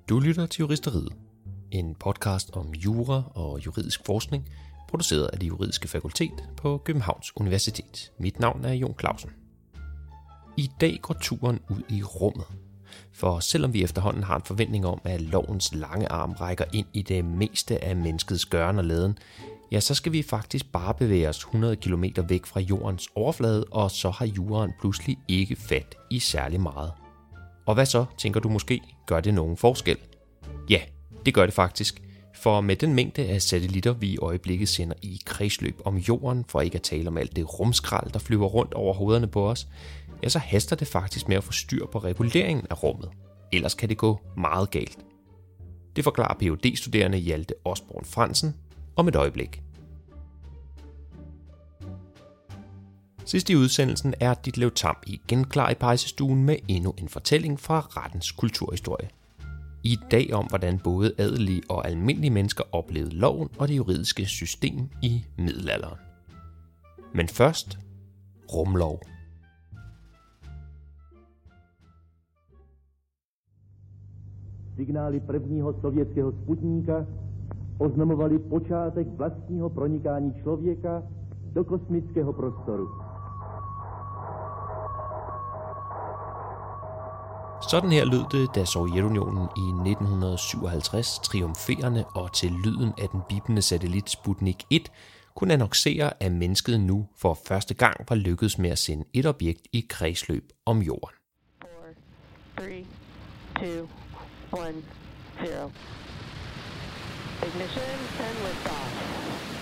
Du lytter til Juristeriet, en podcast om jura og juridisk forskning, produceret af Det Juridiske Fakultet på Københavns Universitet. Mit navn er Jon Clausen. I dag går turen ud i rummet. For selvom vi efterhånden har en forventning om, at lovens lange arm rækker ind i det meste af menneskets gøren og laden, ja, så skal vi faktisk bare bevæge os 100 km væk fra jordens overflade, og så har juraen pludselig ikke fat i særlig meget. Og hvad så, tænker du måske, gør det nogen forskel? Ja, det gør det faktisk. For med den mængde af satellitter, vi i øjeblikket sender i kredsløb om jorden, for ikke at tale om alt det rumskrald, der flyver rundt over hovederne på os, ja, så haster det faktisk med at få styr på reguleringen af rummet. Ellers kan det gå meget galt. Det forklarer Ph.D.-studerende Hjalte Osborn Frandsen om et øjeblik. Sidst i udsendelsen er Ditlev Tamm igen klar i pejsestuen med endnu en fortælling fra rettens kulturhistorie. I dag om, hvordan både adelige og almindelige mennesker oplevede loven og det juridiske system i middelalderen. Men først, rumlov. Signály prvního sovětského sputníka oznamovali počátek vlastního pronikání člověka do kosmického prostoru. Sådan her lød det, da Sovjetunionen i 1957 triumferende og til lyden af den bibende satellit Sputnik 1 kunne annoncere, at mennesket nu for første gang var lykkedes med at sende et objekt i kredsløb om jorden. 4, 3, 2, 1, 0. Ignition and liftoff.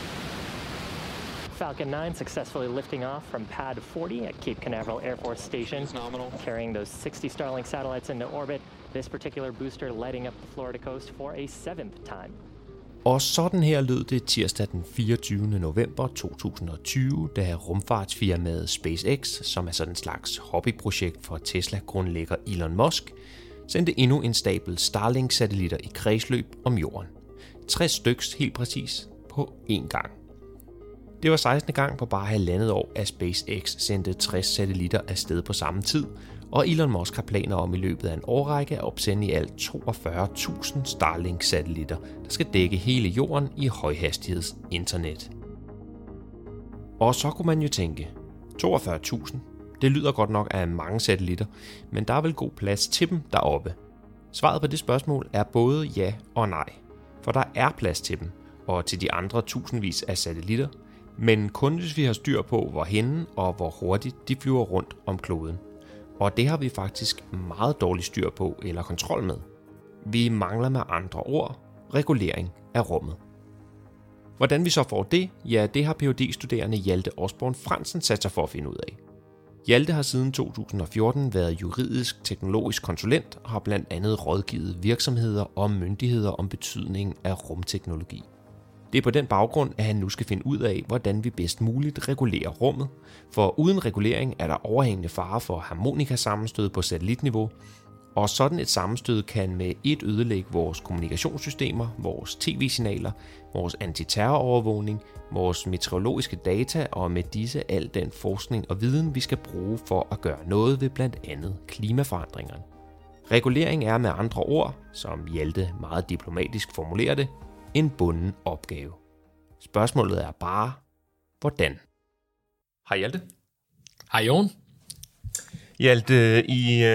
Falcon 9 successfully lifting off from pad 40 at Cape Canaveral Air Force Station, carrying those 60 Starlink satellites into orbit. This particular booster lighting up the Florida coast for a 7th time. Og sådan her lød det tirsdag den 24. november 2020, da rumfartsfirmaet SpaceX, som er sådan en slags hobbyprojekt for Tesla-grundlægger Elon Musk, sendte endnu en stabel Starlink-satellitter i kredsløb om jorden. 60 styks helt præcis på én gang. Det var 16. gang på bare halvandet år, at SpaceX sendte 60 satellitter afsted på samme tid, og Elon Musk har planer om i løbet af en årrække at opsende i alt 42.000 Starlink-satellitter, der skal dække hele jorden i højhastigheds internet. Og så kunne man jo tænke, 42.000, det lyder godt nok af mange satellitter, men der er vel god plads til dem deroppe? Svaret på det spørgsmål er både ja og nej, for der er plads til dem, og til de andre tusindvis af satellitter, men kun hvis vi har styr på, hvorhenne og hvor hurtigt de flyver rundt om kloden. Og det har vi faktisk meget dårligt styr på eller kontrol med. Vi mangler med andre ord regulering af rummet. Hvordan vi så får det, ja, det har Ph.D.-studerende Hjalte Osborn Frandsen sat sig for at finde ud af. Hjalte har siden 2014 været juridisk-teknologisk konsulent og har blandt andet rådgivet virksomheder og myndigheder om betydningen af rumteknologi. Det er på den baggrund, at han nu skal finde ud af, hvordan vi bedst muligt regulerer rummet, for uden regulering er der overhængende fare for harmonikasammenstød på satellitniveau, og sådan et sammenstød kan med et ødelægge vores kommunikationssystemer, vores tv-signaler, vores antiterrorovervågning, vores meteorologiske data og med disse al den forskning og viden, vi skal bruge for at gøre noget ved blandt andet klimaforandringerne. Regulering er med andre ord, som Hjalte meget diplomatisk formulerer det, en bunden opgave. Spørgsmålet er bare, hvordan? Hej Hjalte. Hej Jon. Hjalte, i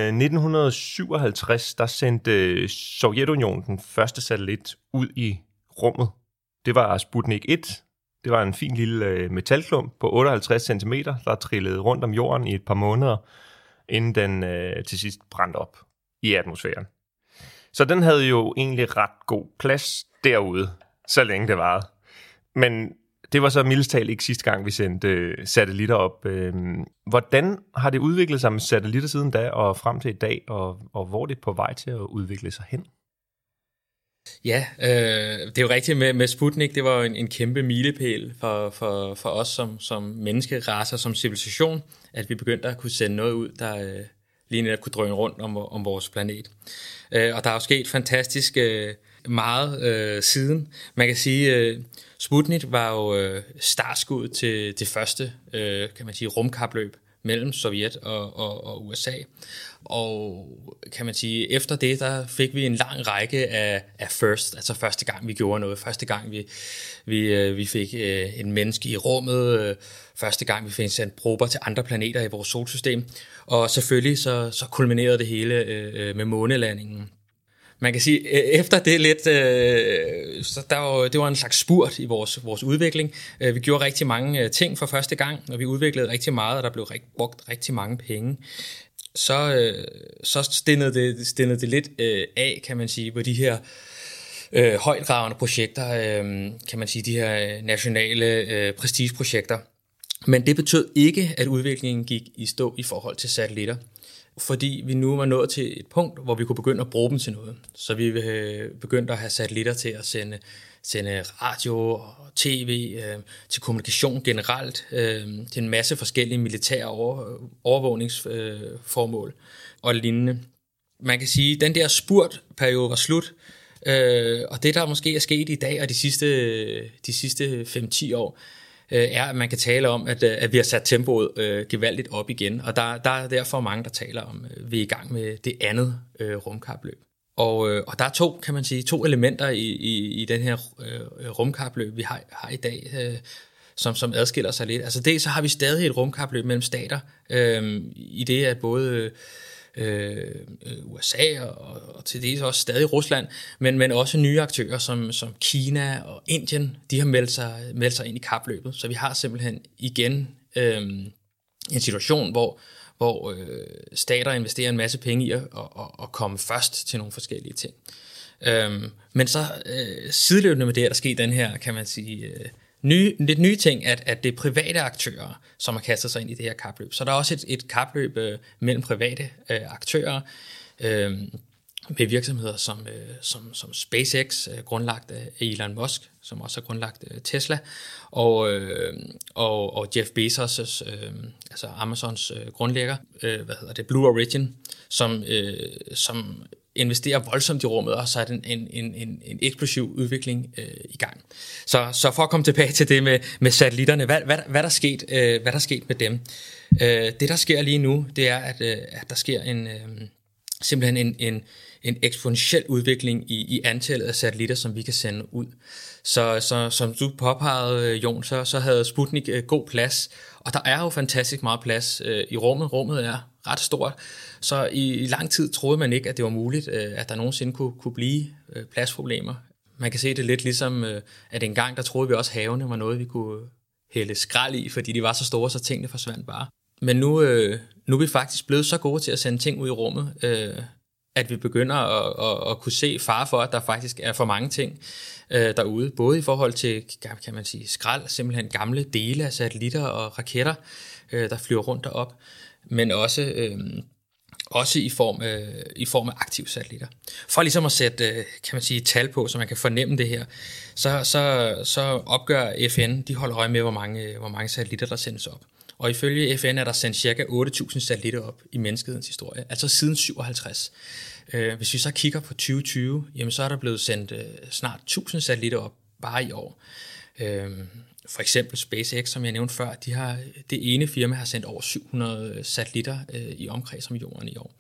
1957, der sendte Sovjetunionen den første satellit ud i rummet. Det var Sputnik 1. Det var en fin lille metalklump på 58 cm, der trillede rundt om jorden i et par måneder, inden den til sidst brændte op i atmosfæren. Så den havde jo egentlig ret god plads derude, så længe det varede. Men det var så mildest talt ikke sidste gang, vi sendte satellitter op. Hvordan har det udviklet sig med satellitter siden da og frem til i dag, og hvor er det på vej til at udvikle sig hen? Ja, det er jo rigtigt med Sputnik. Det var jo en kæmpe milepæl for os som menneskeracer, som civilisation, at vi begyndte at kunne sende noget ud, der lige netop kunne drøne rundt om vores planet. Og der er jo sket fantastisk meget siden. Man kan sige, Sputnik var jo startskud til det første kan man sige, rumkapløb mellem Sovjet og USA. Og kan man sige, efter det, der fik vi en lang række af first, altså første gang vi gjorde noget, første gang vi fik en menneske i rummet, første gang vi fik sendt prober til andre planeter i vores solsystem, og selvfølgelig så kulminerede det hele med månelandingen. Man kan sige, efter det lidt, så det var en slags spurt i vores udvikling. Vi gjorde rigtig mange ting for første gang, og vi udviklede rigtig meget, og der blev brugt rigtig mange penge. Så stillede det lidt af, kan man sige, på de her højtravende projekter, kan man sige, de her nationale prestigeprojekter. Men det betød ikke, at udviklingen gik i stå i forhold til satellitter, fordi vi nu var nået til et punkt, hvor vi kunne begynde at bruge dem til noget. Så vi begyndte at have satellitter til at sende radio og tv, til kommunikation generelt, til en masse forskellige militære overvågningsformål og lignende. Man kan sige, at den der spurtperiode var slut, og det der måske er sket i dag og de sidste 5-10 år, er, at man kan tale om, at vi har sat tempoet gevaldigt op igen. Og der er derfor mange, der taler om, at vi er i gang med det andet rumkapløb. Og der er to elementer i den her rumkapløb, vi har i dag, som adskiller sig lidt. Altså dels så har vi stadig et rumkapløb mellem stater, i det at både USA og til dels også stadig Rusland, men også nye aktører som Kina og Indien, de har meldt sig ind i kapløbet. Så vi har simpelthen igen en situation, hvor stater investerer en masse penge i at komme først til nogle forskellige ting. Men så sideløbende med det, der sker den her, kan man sige, lidt nye ting, at det er private aktører, som har kastet sig ind i det her kapløb. Så der er også et kapløb mellem private aktører med virksomheder som SpaceX, grundlagt af Elon Musk, som også har grundlagt Tesla, og Jeff Bezos, altså Amazons grundlægger, Blue Origin, som investerer voldsomt i rummet og sat en eksplosiv udvikling i gang. Så for at komme tilbage til det med satellitterne, hvad der er sket med dem? Det der sker lige nu, det er at der sker simpelthen en eksponentiel udvikling i antallet af satellitter, som vi kan sende ud. Så som du påpegede, Jon, så havde Sputnik god plads, og der er jo fantastisk meget plads i rummet. Rummet er ret stort, så i lang tid troede man ikke, at det var muligt, at der nogensinde kunne blive pladsproblemer. Man kan se det lidt ligesom, at engang der troede vi også, at havene var noget, vi kunne hælde skrald i, fordi de var så store, så tingene forsvandt bare. Men nu er vi faktisk blevet så gode til at sende ting ud i rummet, at vi begynder at kunne se fare for, at der faktisk er for mange ting derude. Både i forhold til, kan man sige, skrald, simpelthen gamle dele af satellitter og raketter, der flyver rundt derop, men også i form af aktive satellitter. For ligesom at sætte, kan man sige, tal på, så man kan fornemme det her, så opgør FN, de holder øje med, hvor mange satellitter, der sendes op. Og ifølge FN er der sendt ca. 8.000 satellitter op i menneskehedens historie, altså siden 57. Hvis vi så kigger på 2020, jamen så er der blevet sendt snart 1.000 satellitter op bare i år. For eksempel SpaceX, som jeg nævnte før, det ene firma har sendt over 700 satellitter i omkreds om jorden i år.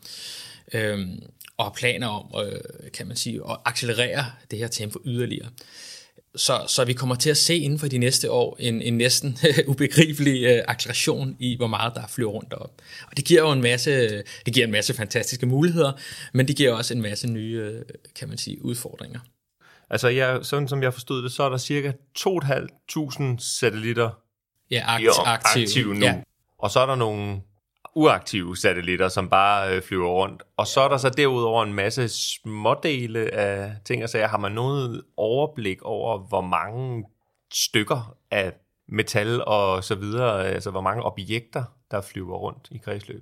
Og har planer om, kan man sige, at accelerere det her tempo yderligere. Så vi kommer til at se inden for de næste år en næsten ubegribelig acceleration i, hvor meget der flyver rundt derop. Og det giver jo en masse fantastiske muligheder, men det giver også en masse nye, kan man sige, udfordringer. Altså, sådan som jeg forstod det, så er der cirka 2.500 satellitter aktive nu. Ja. Og så er der nogle uaktive satellitter, som bare flyver rundt. Og så er der så derudover en masse smådele af ting og sager. Har man noget overblik over, hvor mange stykker af metal og så videre, altså hvor mange objekter, der flyver rundt i kredsløb?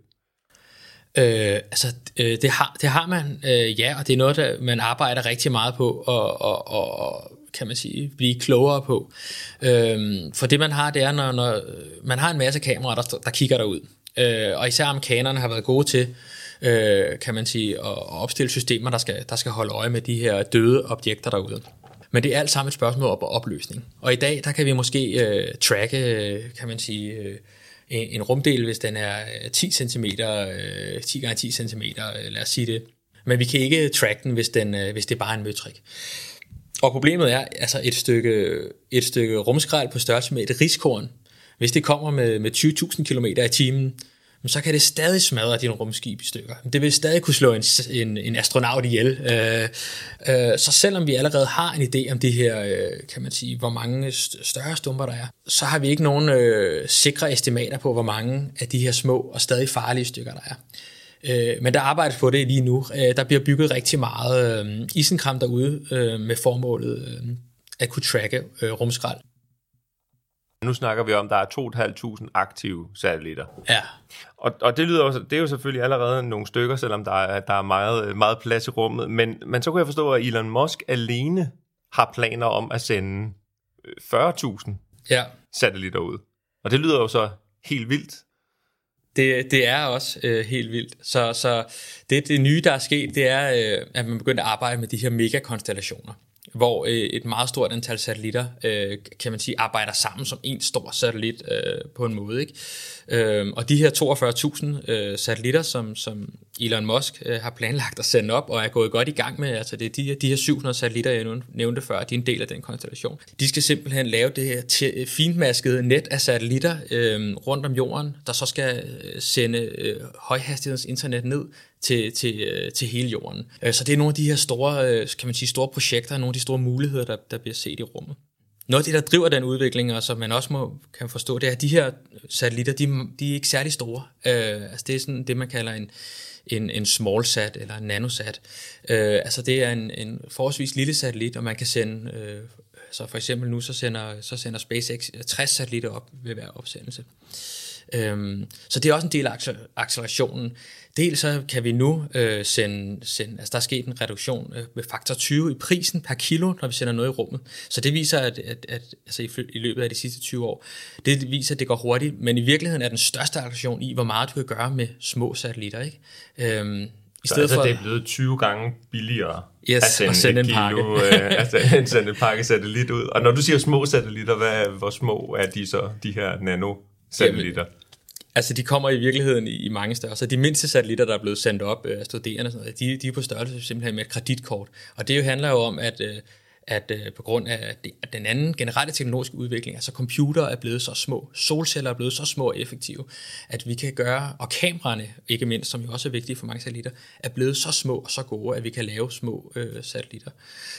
Det har man, ja, og det er noget, der man arbejder rigtig meget på, og kan man sige, blive klogere på. For det man har, det er, når man har en masse kameraer, der kigger derud. Og især amerikanerne har været gode til, kan man sige, at opstille systemer, der skal holde øje med de her døde objekter derude. Men det er alt sammen et spørgsmål om opløsning. Og i dag, der kan vi måske tracke, kan man sige, en rumdel, hvis den er 10 cm, 10 x 10 cm, lad os sige det. Men vi kan ikke track den, hvis det bare er en møtrik. Og problemet er, altså et stykke rumskrald på størrelse med et riskorn, hvis det kommer med 20.000 km i timen, så kan det stadig smadre din rumskib i stykker. Det vil stadig kunne slå en astronaut ihjel. Så selvom vi allerede har en idé om det her, kan man sige, hvor mange større stumper der er, så har vi ikke nogen sikre estimater på, hvor mange af de her små og stadig farlige stykker der er. Men der arbejdes på det lige nu. Der bliver bygget rigtig meget isenkram derude med formålet at kunne tracke rumskrald. Nu snakker vi om, at der er 2.500 aktive satellitter. Ja. Og det er jo selvfølgelig allerede nogle stykker, selvom der er meget, meget plads i rummet. Men så kunne jeg forstå, at Elon Musk alene har planer om at sende 40.000 satellitter ud. Og det lyder jo så helt vildt. Det er også helt vildt. Så det nye, der er sket, det er, at man begynder at arbejde med de her megakonstellationer, hvor et meget stort antal satellitter, kan man sige, arbejder sammen som en stor satellit på en måde, ikke? Og de her 42.000 satellitter, som Elon Musk har planlagt at sende op, og er gået godt i gang med, altså det er de her 700 satellitter, jeg nævnte før, de er en del af den konstellation. De skal simpelthen lave det her fintmaskede net af satellitter rundt om jorden, der så skal sende højhastigheds internet ned til hele jorden. Så det er nogle af de her store, kan man sige, store projekter, nogle af de store muligheder, der bliver set i rummet. Noget af det, der driver den udvikling, og som man også kan forstå, det er, at de her satellitter, de er ikke særlig store. Altså det er sådan det, man kalder en small sat eller en nanosat. Altså det er en forholdsvis lille satellit, og man kan sende, så for eksempel nu, så sender SpaceX 60 satellitter op ved hver opsendelse. Så det er også en del af accelerationen. Dels så kan vi nu sende, altså der er sket en reduktion med faktor 20 i prisen per kilo, når vi sender noget i rummet. Så det viser, at altså i løbet af de sidste 20 år, det viser, at det går hurtigt, men i virkeligheden er den største acceleration i, hvor meget du kan gøre med små satellitter, ikke? I stedet for, det er blevet 20 gange billigere at sende en pakke. At sende en pakke satellit ud. Og når du siger små satellitter, hvor små er de så, de her nanosatellitter? Altså, de kommer i virkeligheden i mange størrelser. De mindste satellitter, der er blevet sendt op af studerende, sådan noget, de er på størrelse simpelthen med et kreditkort. Og det handler jo om, at på grund af den anden generelle teknologiske udvikling, altså computer er blevet så små, solceller er blevet så små og effektive, at vi kan gøre, og kameraerne, ikke mindst, som jo også er vigtige for mange satellitter, er blevet så små og så gode, at vi kan lave små satellitter.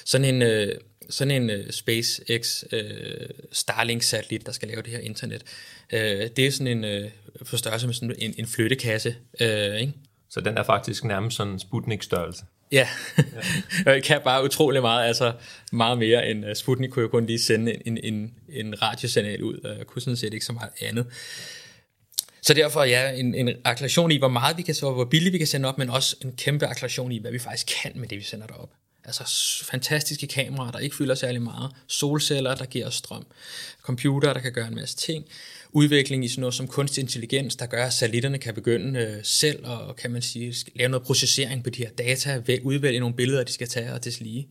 Sådan en SpaceX Starlink-satellit, der skal lave det her internet, det er sådan en for størrelse med sådan en flyttekasse, ikke? Så den er faktisk nærmest sådan en Sputnik-størrelse. Ja, jeg kan bare utrolig meget, altså meget mere end Sputnik kunne jo kun lige sende en radiosignal ud, og jeg kunne sådan set ikke så meget andet. Så derfor en acceleration i, hvor meget vi kan så, hvor billigt vi kan sende op, men også en kæmpe acceleration i, hvad vi faktisk kan med det, vi sender derop. Altså fantastiske kameraer, der ikke fylder særlig meget, solceller, der giver os strøm, computere, der kan gøre en masse ting, udvikling i sådan noget som kunstig intelligens, der gør, at satellitterne kan begynde selv og kan man sige, lave noget processering på de her data, udvælge nogle billeder, de skal tage og deslige.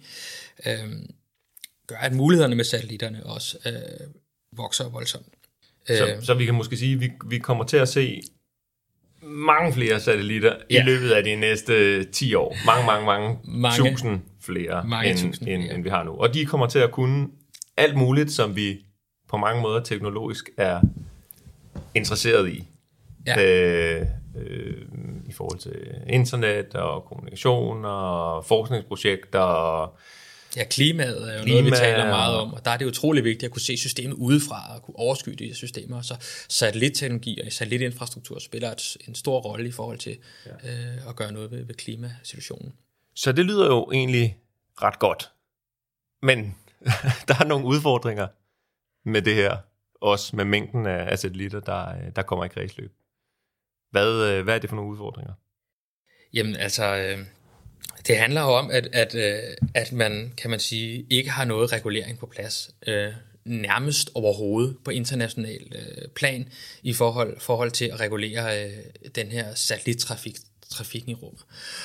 Gør, at mulighederne med satellitterne også vokser voldsomt. Så vi kan måske sige, at vi kommer til at se mange flere satellitter i løbet af de næste 10 år. Mange tusind flere, end vi har nu. Og de kommer til at kunne alt muligt, som vi på mange måder teknologisk er interesseret i. Ja. I forhold til internet og kommunikation og forskningsprojekter og klimaet er jo noget, vi taler meget om, og der er det utrolig vigtigt at kunne se systemet udefra og kunne overskue de her systemer. Så satellitteknologi og satellitinfrastruktur spiller en stor rolle i forhold til at gøre noget ved klimasituationen. Så det lyder jo egentlig ret godt, men der er nogle udfordringer med det her, også med mængden af satellitter, der kommer i kredsløb. Hvad er det for nogle udfordringer? Jamen altså, det handler jo om, at man, kan man sige, ikke har noget regulering på plads, nærmest overhovedet på international plan, i forhold til at regulere den her satellittrafikken i rummet.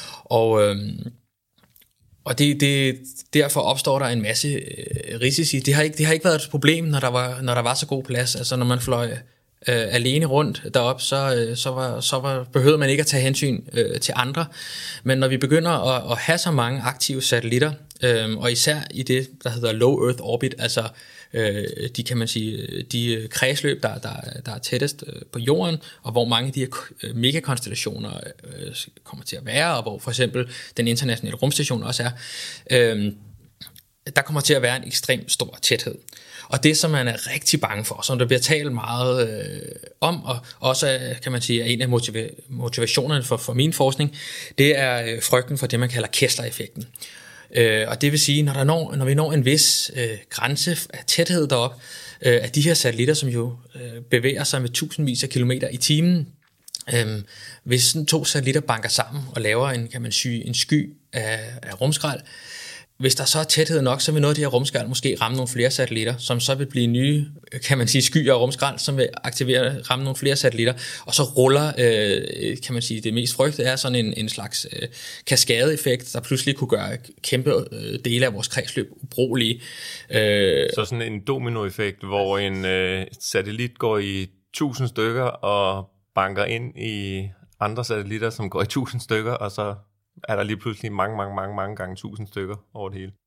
Og derfor opstår der en masse risici. Det har ikke været et problem, når der var så god plads. Altså når man fløj alene rundt derop, så behøvede man ikke at tage hensyn til andre. Men når vi begynder at have så mange aktive satellitter, og især i det, der hedder low Earth orbit, altså de, kan man sige, de kredsløb, der er tættest på jorden, og hvor mange af de her megakonstellationer kommer til at være, og hvor for eksempel den internationale rumstation også er, der kommer til at være en ekstremt stor tæthed. Og det, som man er rigtig bange for, som der bliver talt meget om, og også, kan man sige, er en af motivationerne for min forskning, det er frygten for det, man kalder Kessler-effekten. Og det vil sige, når vi når en vis grænse af tæthed derop, af de her satellitter, som jo bevæger sig med tusindvis af kilometer i timen, hvis sådan 2 satellitter banker sammen og laver en sky af rumskrald, hvis der så er tæthed nok, så vil noget af det her rumskrald måske ramme nogle flere satellitter, som så vil blive nye, kan man sige, skyer af rumskrald, som vil ramme nogle flere satellitter, og så ruller, kan man sige, det mest frygtede er sådan en slags kaskadeeffekt, der pludselig kunne gøre kæmpe dele af vores kredsløb ubrugelige. Så sådan en dominoeffekt, hvor en satellit går i 1000 stykker og banker ind i andre satellitter, som går i 1000 stykker, og så er der lige pludselig mange gange 1000 stykker over det hele.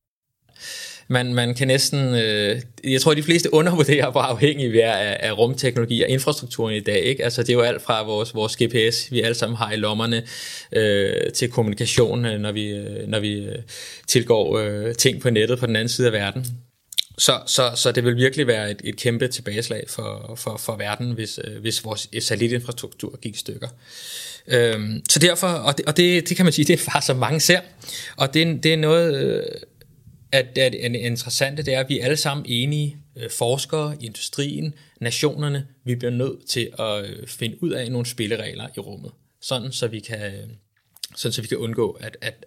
Man kan næsten, jeg tror, de fleste undervurderer, hvor afhængige vi er af rumteknologi og infrastrukturen i dag, ikke? Altså det er jo alt fra vores GPS, vi alle sammen har i lommerne, til kommunikation, når vi tilgår ting på nettet på den anden side af verden. Så det vil virkelig være et kæmpe tilbageslag for verden, hvis vores satellitinfrastruktur gik i stykker. Så derfor, og det kan man sige, det er en far, som mange ser, og det er noget, at det interessante, det er, at vi er alle sammen enige, forskere, industrien, nationerne, vi bliver nødt til at finde ud af nogle spilleregler i rummet, sådan så vi kan undgå,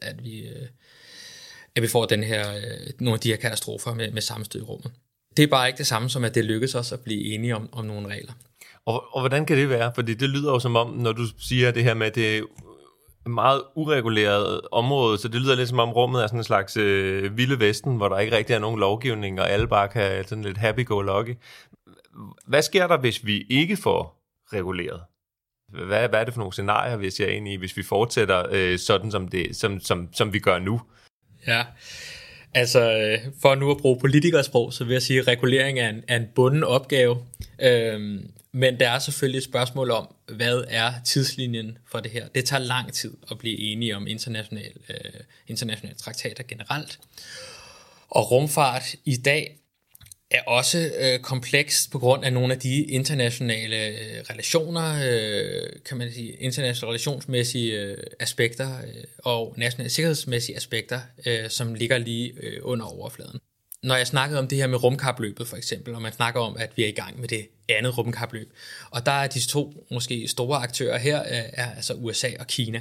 at vi får nogle af de her katastrofer med sammenstød i rummet. Det er bare ikke det samme som, at det lykkes os at blive enige om nogle regler. Og hvordan kan det være? Fordi det lyder jo som om, når du siger det her med, at det er et meget ureguleret område, så det lyder lidt som om rummet er sådan en slags vilde vesten, hvor der ikke rigtig er nogen lovgivning, og alle bare kan sådan lidt happy-go-lucky. Hvad sker der, hvis vi ikke får reguleret? Hvad er det for nogle scenarier, vi ser ind i, hvis vi fortsætter sådan som vi gør nu? Ja, altså for nu at bruge politikersprog, så vil jeg sige, at regulering er en bunden opgave. Men der er selvfølgelig et spørgsmål om, hvad er tidslinjen for det her? Det tager lang tid at blive enige om internationale traktater generelt. Og rumfart i dag er også komplekst på grund af nogle af de internationale relationer, kan man sige, internationale relationsmæssige aspekter og nationale sikkerhedsmæssige aspekter, som ligger lige under overfladen. Når jeg snakkede om det her med rumkapløbet for eksempel, og man snakker om, at vi er i gang med det andet rumkapløb, og der er de 2 måske store aktører her, er altså USA og Kina.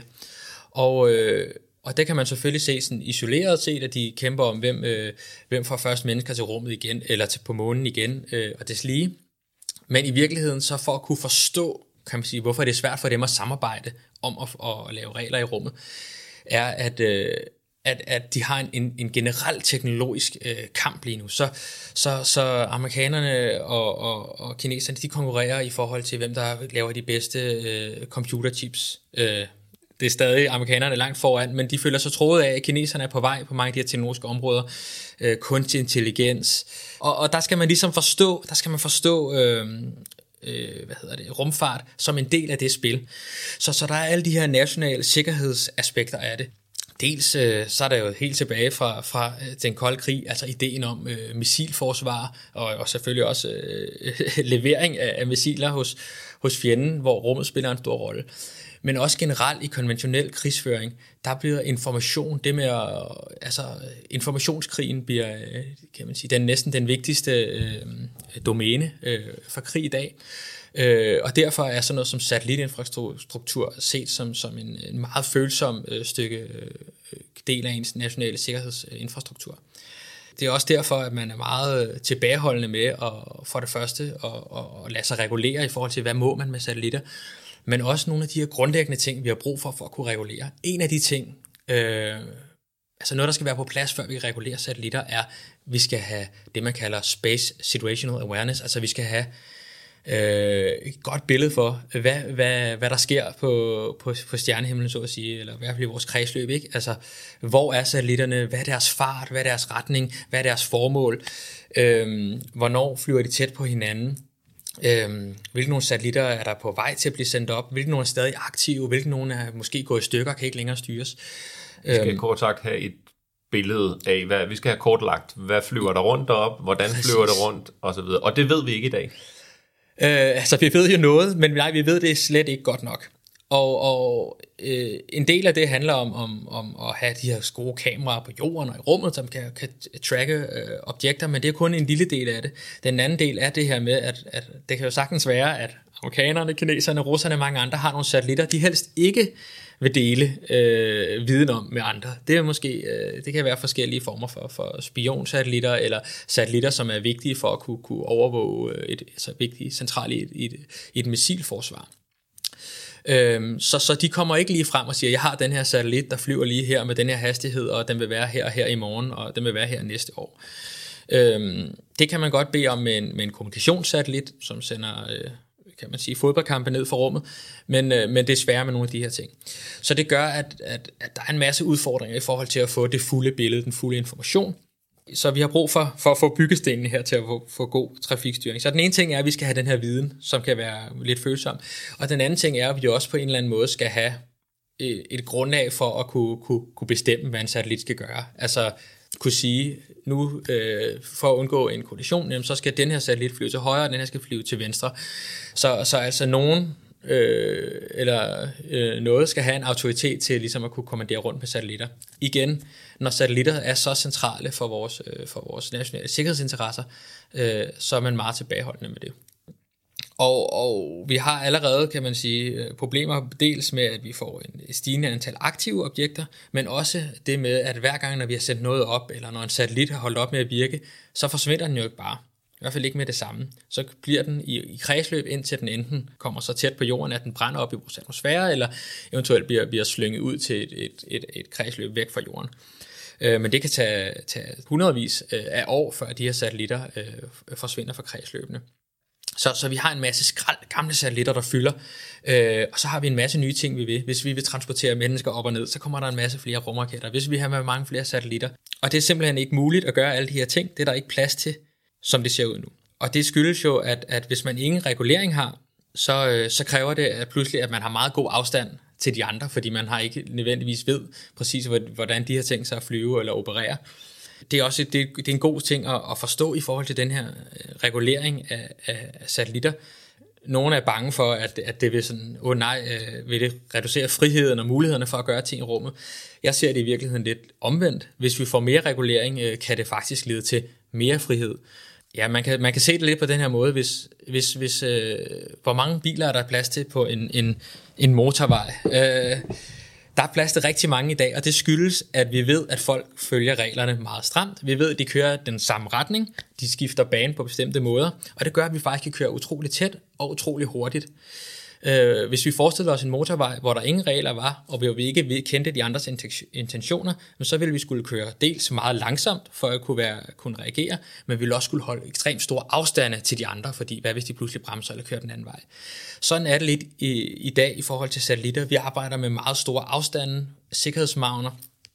Og det kan man selvfølgelig se sådan isoleret set, at de kæmper om, hvem får først mennesker til rummet igen, eller på månen igen, og deslige. Men i virkeligheden, så for at kunne forstå, kan man sige, hvorfor det er svært for dem at samarbejde om at lave regler i rummet, er, at de har en generel teknologisk kamp lige nu. Så amerikanerne og kineserne, de konkurrerer i forhold til, hvem der laver de bedste computerchips. Det er stadig amerikanerne langt foran, men de føler sig troet af, at kineserne er på vej på mange af de her teknologiske områder. Kunstig intelligens. Og der skal man ligesom forstå, rumfart som en del af det spil. Så der er alle de her nationale sikkerhedsaspekter af det. Dels så er der jo helt tilbage fra den kolde krig, altså ideen om missilforsvar, og selvfølgelig også levering af missiler hos fjenden, hvor rummet spiller en stor rolle. Men også generelt i konventionel krigsføring, der bliver information, informationskrigen bliver, kan man sige, næsten den vigtigste domæne for krig i dag. Og derfor er sådan noget som satellitinfrastruktur set som en meget følsom stykke del af ens nationale sikkerhedsinfrastruktur. Det er også derfor, at man er meget tilbageholdende med for det første at lade sig regulere i forhold til, hvad må man med satellitter, men også nogle af de her grundlæggende ting, vi har brug for at kunne regulere. En af de ting, altså noget, der skal være på plads, før vi regulerer satellitter, er, at vi skal have det, man kalder Space Situational Awareness, altså vi skal have et godt billede for, hvad der sker på stjernehimlen, så at sige, eller i hvert fald i vores kredsløb, ikke? Altså, hvor er satellitterne, hvad er deres fart, hvad er deres retning, hvad er deres formål, hvornår flyver de tæt på hinanden, hvilke nogle satellitter er der på vej til at blive sendt op, hvilke nogle er stadig aktive, hvilke nogle er måske gået i stykker, kan ikke længere styres. Vi skal kort sagt have et billede af, hvad vi skal have kortlagt, hvad flyver der rundt derop, hvordan flyver det rundt, og så videre. Og det ved vi ikke i dag. Altså, vi ved jo noget, men nej, vi ved det slet ikke godt nok. Og en del af det handler om at have de her gode kameraer på jorden og i rummet, som kan tracke objekter, men det er kun en lille del af det. Den anden del er det her med, at det kan jo sagtens være, at amerikanerne, kineserne, russerne og mange andre har nogle satellitter, de helst ikke vil dele viden om med andre. Det er måske, det kan være forskellige former for spionsatellitter, eller satellitter, som er vigtige for at kunne overvåge et vigtigt centralt i et missilforsvar. Så de kommer ikke lige frem og siger, jeg har den her satellit, der flyver lige her med den her hastighed, og den vil være her og her i morgen, og den vil være her næste år. Det kan man godt bede om med en kommunikationssatellit, som sender kan man sige, fodboldkampe ned for rummet, men det er sværere med nogle af de her ting. Så det gør, at der er en masse udfordringer i forhold til at få det fulde billede, den fulde information. Så vi har brug for at få byggestenene her til at få god trafikstyring. Så den ene ting er, at vi skal have den her viden, som kan være lidt følsom. Og den anden ting er, at vi også på en eller anden måde skal have et grundlag for at kunne bestemme, hvad en satellit skal gøre. Altså kunne sige, nu for at undgå en kollision, jamen, så skal den her satellit flyve til højre, og den her skal flyve til venstre. Så altså nogen eller noget skal have en autoritet til ligesom at kunne kommandere rundt med satellitter. Igen, når satellitter er så centrale for vores nationale sikkerhedsinteresser, så er man meget tilbageholdende med det. Og vi har allerede, kan man sige, problemer dels med, at vi får en stigende antal aktive objekter, men også det med, at hver gang, når vi har sendt noget op, eller når en satellit har holdt op med at virke, så forsvinder den jo ikke bare. I hvert fald ikke med det samme. Så bliver den i kredsløb, indtil den enten kommer så tæt på jorden, at den brænder op i vores atmosfære, eller eventuelt bliver slynget ud til et kredsløb væk fra jorden. Men det kan tage hundredvis af år, før de her satellitter forsvinder fra kredsløbene. Så vi har en masse gamle satellitter, der fylder, og så har vi en masse nye ting, vi vil. Hvis vi vil transportere mennesker op og ned, så kommer der en masse flere rumraketter. Hvis vi har mange flere satellitter. Og det er simpelthen ikke muligt at gøre alle de her ting. Det er der ikke plads til, som det ser ud nu. Og det skyldes jo, at hvis man ingen regulering har, så kræver det at pludselig, at man har meget god afstand til de andre, fordi man har ikke nødvendigvis ved præcis, hvordan de her ting så flyve eller operere. Det er også det er en god ting at forstå i forhold til den her regulering af satellitter. Nogle er bange for, at det vil sådan, vil det reducere friheden og mulighederne for at gøre ting i rummet. Jeg ser det i virkeligheden lidt omvendt. Hvis vi får mere regulering, kan det faktisk lede til mere frihed. Ja, man kan se det lidt på den her måde, hvis hvor mange biler er der plads til på en motorvej. Der er plads til rigtig mange i dag, og det skyldes, at vi ved, at folk følger reglerne meget stramt. Vi ved, at de kører den samme retning, de skifter bane på bestemte måder, og det gør, at vi faktisk kan køre utroligt tæt og utroligt hurtigt. Hvis vi forestiller os en motorvej, hvor der ingen regler var, og hvor vi ikke kendte de andres intentioner, så ville vi skulle køre dels meget langsomt, for at kunne reagere, men vi ville også skulle holde ekstremt store afstande til de andre, fordi hvad hvis de pludselig bremser eller kører den anden vej. Sådan er det lidt i dag i forhold til satellitter. Vi arbejder med meget store afstande, sikkerhedsmarginer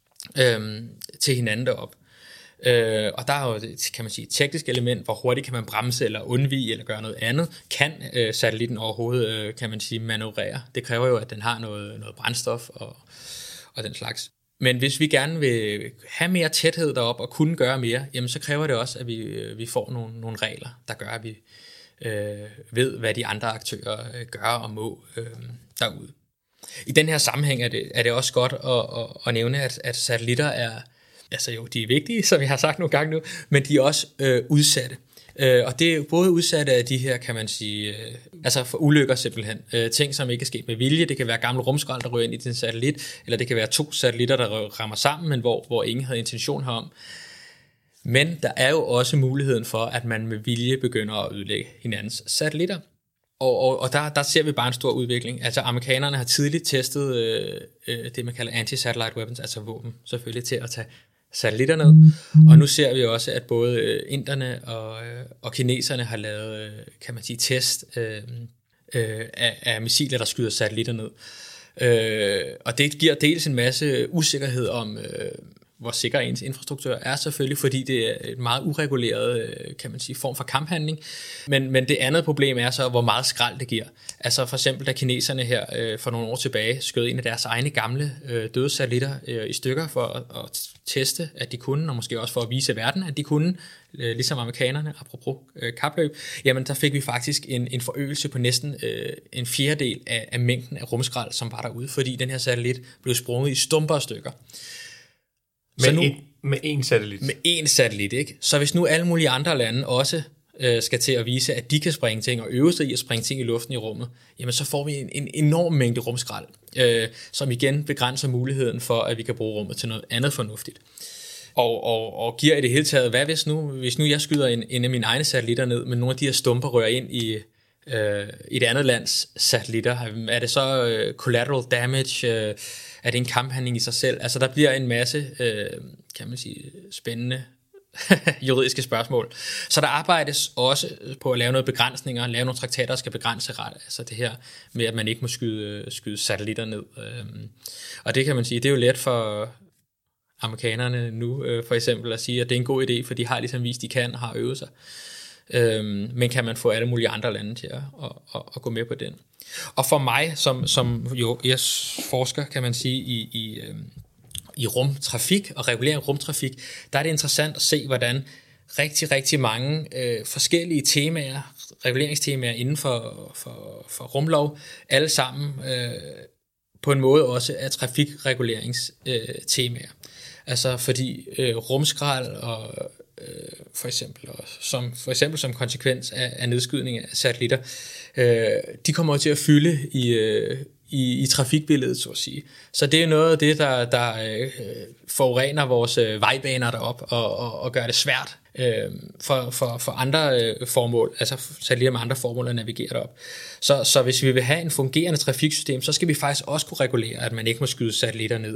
til hinanden deroppe. Og der er jo, kan man sige, et teknisk element, hvor hurtigt kan man bremse eller undvige eller gøre noget andet. Kan satellitten overhovedet, kan man sige, manøvrere? Det kræver jo, at den har noget brændstof og den slags. Men hvis vi gerne vil have mere tæthed deroppe og kunne gøre mere, jamen så kræver det også, at vi får nogle regler, der gør, at vi ved, hvad de andre aktører gør og må derude. I den her sammenhæng er det også godt at nævne, at satellitter er, altså jo, de er vigtige, som jeg har sagt nogle gange nu, men de er også udsatte. Og det er jo både udsatte af de her, kan man sige, altså for ulykker simpelthen. Ting, som ikke er sket med vilje. Det kan være gamle rumskrald, der ryger ind i din satellit, eller det kan være 2 satellitter, der rammer sammen, men hvor ingen havde intention herom. Men der er jo også muligheden for, at man med vilje begynder at ødelægge hinandens satellitter. Og der ser vi bare en stor udvikling. Altså amerikanerne har tidligt testet det, man kalder anti-satellite weapons, altså våben selvfølgelig til at tage satellitter ned. Og nu ser vi også, at både inderne og kineserne har lavet, kan man sige, test af missiler, der skyder satellitter ned. Og det giver dels en masse usikkerhed om, hvor sikker ens infrastruktur er selvfølgelig, fordi det er et meget ureguleret, kan man sige, form for kamphandling. Men det andet problem er så, hvor meget skrald det giver. Altså for eksempel, da kineserne her for nogle år tilbage skød en af deres egne gamle døde satellitter i stykker for at teste, at de kunne, og måske også for at vise verden, at de kunne, ligesom amerikanerne, apropos kapløb, jamen der fik vi faktisk en forøgelse på næsten en fjerdedel af mængden af rumskrald, som var derude, fordi den her satellit blev sprunget i stumper og stykker. Med én satellit. Med én satellit, ikke? Så hvis nu alle mulige andre lande også skal til at vise, at de kan springe ting og øve sig i at springe ting i luften i rummet, jamen så får vi en enorm mængde rumskrald, som igen begrænser muligheden for, at vi kan bruge rummet til noget andet fornuftigt. Og giver i det hele taget, hvad hvis nu jeg skyder en af mine egne satellitter ned, men nogle af de her stumper rører ind i et andet lands satellitter, er det så collateral damage, er det en kamphandling i sig selv? Altså der bliver en masse, kan man sige, spændende juridiske spørgsmål. Så der arbejdes også på at lave nogle begrænsninger, lave nogle traktater, der skal begrænse altså det her med, at man ikke må skyde satellitter ned. Og det kan man sige, det er jo let for amerikanerne nu, for eksempel, at sige, at det er en god idé, for de har ligesom vist, de kan og har øvet sig. Men kan man få alle mulige andre lande til at gå med på den? Og for mig, som jo jeg forsker, kan man sige, i rumtrafik og regulering af rumtrafik, der er det interessant at se, hvordan rigtig, rigtig mange forskellige temaer, reguleringstemaer inden for rumlov, alle sammen på en måde også er trafikreguleringstemaer. Altså fordi rumskrald og for eksempel som konsekvens af nedskydning af satellitter, de kommer til at fylde i trafikbilledet, så at sige. Så det er noget af det, der forurener vores vejbaner derop og gør det svært for andre formål, altså satellitter med andre formål at navigere derop. Så hvis vi vil have en fungerende trafiksystem, så skal vi faktisk også kunne regulere, at man ikke må skyde satellitter ned,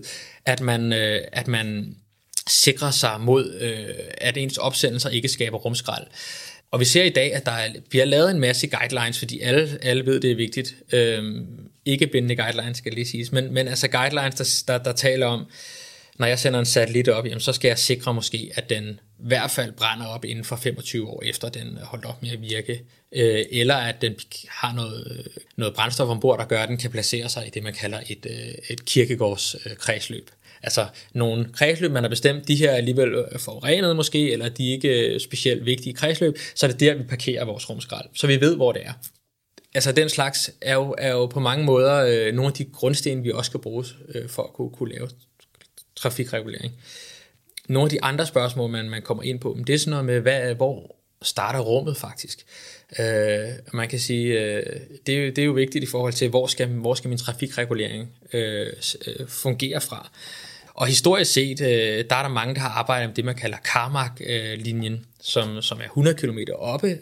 at man sikrer sig mod, at ens opsendelser ikke skaber rumskrald. Og vi ser i dag, at der bliver lavet en masse guidelines, fordi alle ved, det er vigtigt. Ikke bindende guidelines, skal lige siges, men altså guidelines, der taler om, når jeg sender en satellit op, jamen, så skal jeg sikre måske, at den i hvert fald brænder op inden for 25 år efter den er holdt op med at virke, eller at den har noget brændstof ombord, der gør, at den kan placere sig i det, man kalder et Kierkegaards kredsløb. Altså nogle kredsløb, man har bestemt, de her er alligevel forurenet måske, eller de er ikke specielt vigtige kredsløb, så er det der, vi parkerer vores rumskrald, så vi ved, hvor det er. Altså den slags er jo på mange måder nogle af de grundsten, vi også skal bruge for at kunne lave trafikregulering. Nogle af de andre spørgsmål, man kommer ind på, det er sådan noget med, hvor starter rummet faktisk? Man kan sige, det er jo vigtigt i forhold til, hvor skal min trafikregulering fungere fra. Og historisk set, der er der mange, der har arbejdet med det, man kalder Carmack-linjen, som er 100 km oppe.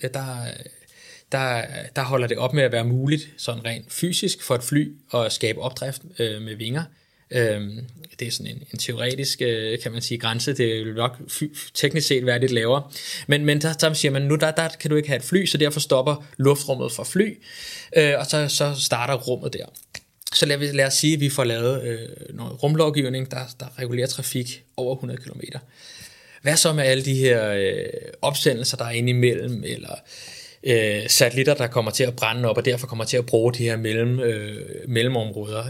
Der holder det op med at være muligt, sådan rent fysisk, for et fly at skabe opdrift med vinger. Det er sådan en teoretisk, kan man sige, grænse. Det vil nok teknisk set være lidt lavere. Men der siger man, nu der kan du ikke have et fly, så derfor stopper luftrummet for fly, og så starter rummet der. Så lad os sige, at vi får lavet noget rumlovgivning, der regulerer trafik over 100 km. Hvad så med alle de her opsendelser, der er inde imellem, eller satellitter, der kommer til at brænde op, og derfor kommer til at bruge de her mellemområder,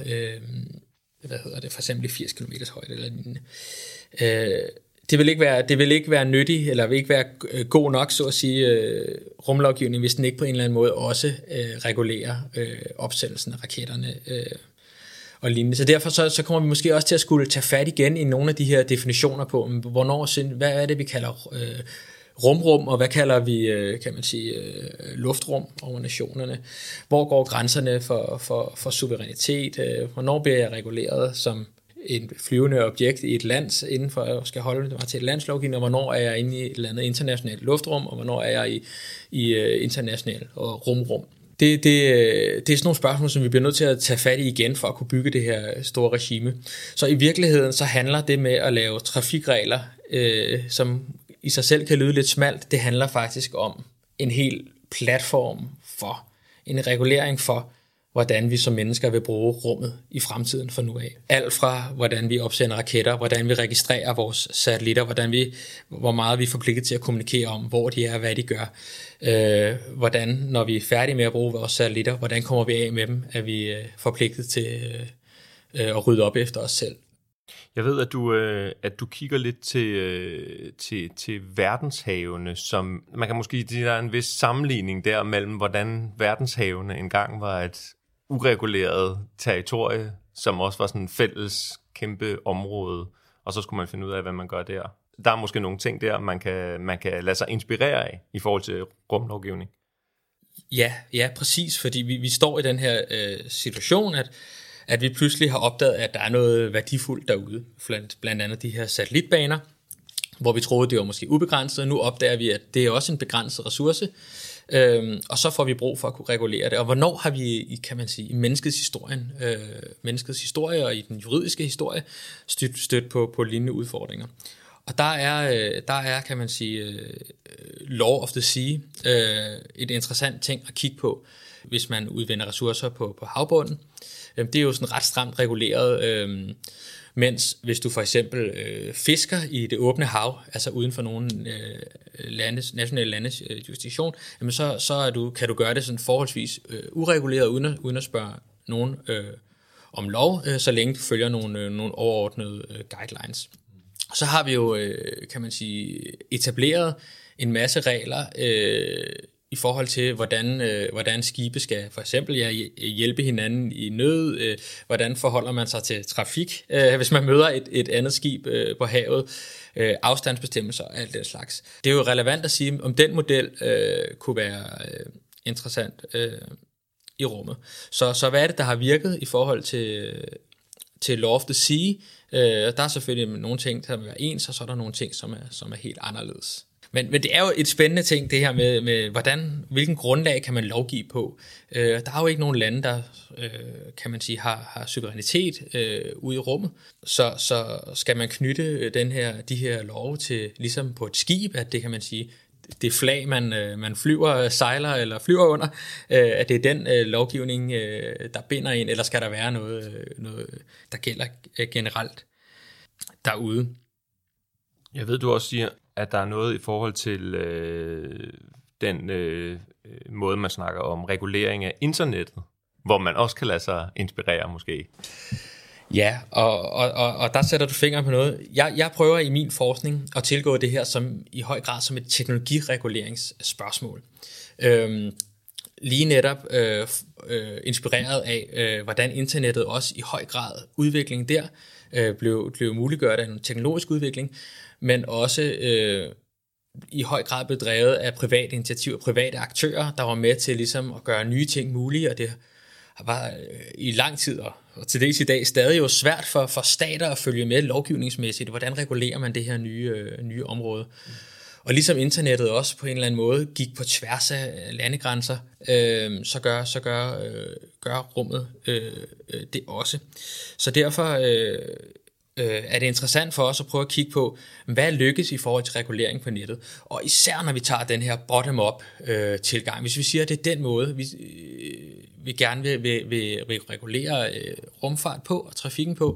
for eksempel i 80 km højde eller lignende. Det vil ikke være nyttigt, eller vil ikke være god nok, så at sige, rumlovgivning, hvis den ikke på en eller anden måde også regulerer opsættelsen af raketterne og lignende. Så derfor så kommer vi måske også til at skulle tage fat igen i nogle af de her definitioner på, hvad er det, vi kalder rumrum, og hvad kalder vi, kan man sige, luftrum over nationerne? Hvor går grænserne for suverænitet? Hvornår bliver jeg reguleret som et flyvende objekt i et land, inden for at skal holde mig til et landslovgivning, og hvornår er jeg inde i et eller andet internationalt luftrum, og hvornår er jeg i international rumrum? Det er sådan nogle spørgsmål, som vi bliver nødt til at tage fat i igen, for at kunne bygge det her store regime. Så i virkeligheden så handler det med at lave trafikregler som i sig selv kan lyde lidt smalt, det handler faktisk om en hel platform for, en regulering for, hvordan vi som mennesker vil bruge rummet i fremtiden fra nu af. Alt fra, hvordan vi opsender raketter, hvordan vi registrerer vores satellitter, hvor meget vi er forpligtet til at kommunikere om, hvor de er og hvad de gør. Hvordan, når vi er færdige med at bruge vores satellitter, hvordan kommer vi af med dem, er vi forpligtet til at rydde op efter os selv. Jeg ved, at du kigger lidt til verdenshavene, som man kan måske sige, der er en vis sammenligning der mellem, hvordan verdenshavene engang var et ureguleret territorie, som også var sådan en fælles kæmpe område, og så skulle man finde ud af, hvad man gør der. Der er måske nogle ting der, man kan lade sig inspirere af i forhold til rumlovgivning. Ja, præcis, fordi vi står i den her situation, at vi pludselig har opdaget, at der er noget værdifuldt derude, blandt andet de her satellitbaner, hvor vi troede, det var måske ubegrænset, nu opdager vi, at det er også en begrænset ressource, og så får vi brug for at kunne regulere det. Og hvornår har vi, kan man sige, i menneskets historie og i den juridiske historie stødt på lignende udfordringer? Og der er, kan man sige, law of the sea, et interessant ting at kigge på, hvis man udvinder ressourcer på havbunden. Det er jo sådan ret stramt reguleret, mens hvis du for eksempel fisker i det åbne hav, altså uden for nogen nationale landes jurisdiktion, jamen så kan du gøre det sådan forholdsvis ureguleret, uden at spørge nogen om lov, så længe du følger nogle overordnede guidelines. Så har vi jo, kan man sige, etableret en masse regler i forhold til, hvordan skibe skal for eksempel hjælpe hinanden i nød, hvordan forholder man sig til trafik, hvis man møder et andet skib på havet, afstandsbestemmelser og alt det slags. Det er jo relevant at sige, om den model kunne være interessant i rummet. Så hvad er det, der har virket i forhold til Law of the Sea? Der er selvfølgelig nogle ting, der vil være ens, og så er der nogle ting, som er helt anderledes. Men det er jo et spændende ting, det her med hvilken grundlag kan man lovgive på. Der er jo ikke nogen lande, der kan man sige, har suverænitet ude i rummet. Så skal man knytte de her love til, ligesom på et skib, at det kan man sige, det flag, man sejler eller flyver under, at det er den lovgivning, der binder ind, eller skal der være noget der gælder generelt derude? Jeg ved, du også siger, at der er noget i forhold til den måde, man snakker om regulering af internettet, hvor man også kan lade sig inspirere måske. Ja, og der sætter du fingeren på noget. Jeg prøver i min forskning at tilgå det her i høj grad som et teknologireguleringsspørgsmål. Lige netop inspireret af, hvordan internettet også i høj grad, udviklingen der, blev muliggjort af en teknologisk udvikling, men også i høj grad bedrevet af private initiativer, private aktører, der var med til ligesom at gøre nye ting mulige, og det var i lang tid, og til dels i dag stadig jo svært for stater at følge med lovgivningsmæssigt. Hvordan regulerer man det her nye område? Og ligesom internettet også på en eller anden måde gik på tværs af landegrænser, så gør rummet det også. Så derfor er det interessant for os at prøve at kigge på, hvad lykkes i forhold til regulering på nettet. Og især når vi tager den her bottom-up tilgang. Hvis vi siger, at det er den måde, vi gerne vil regulere rumfart på og trafikken på,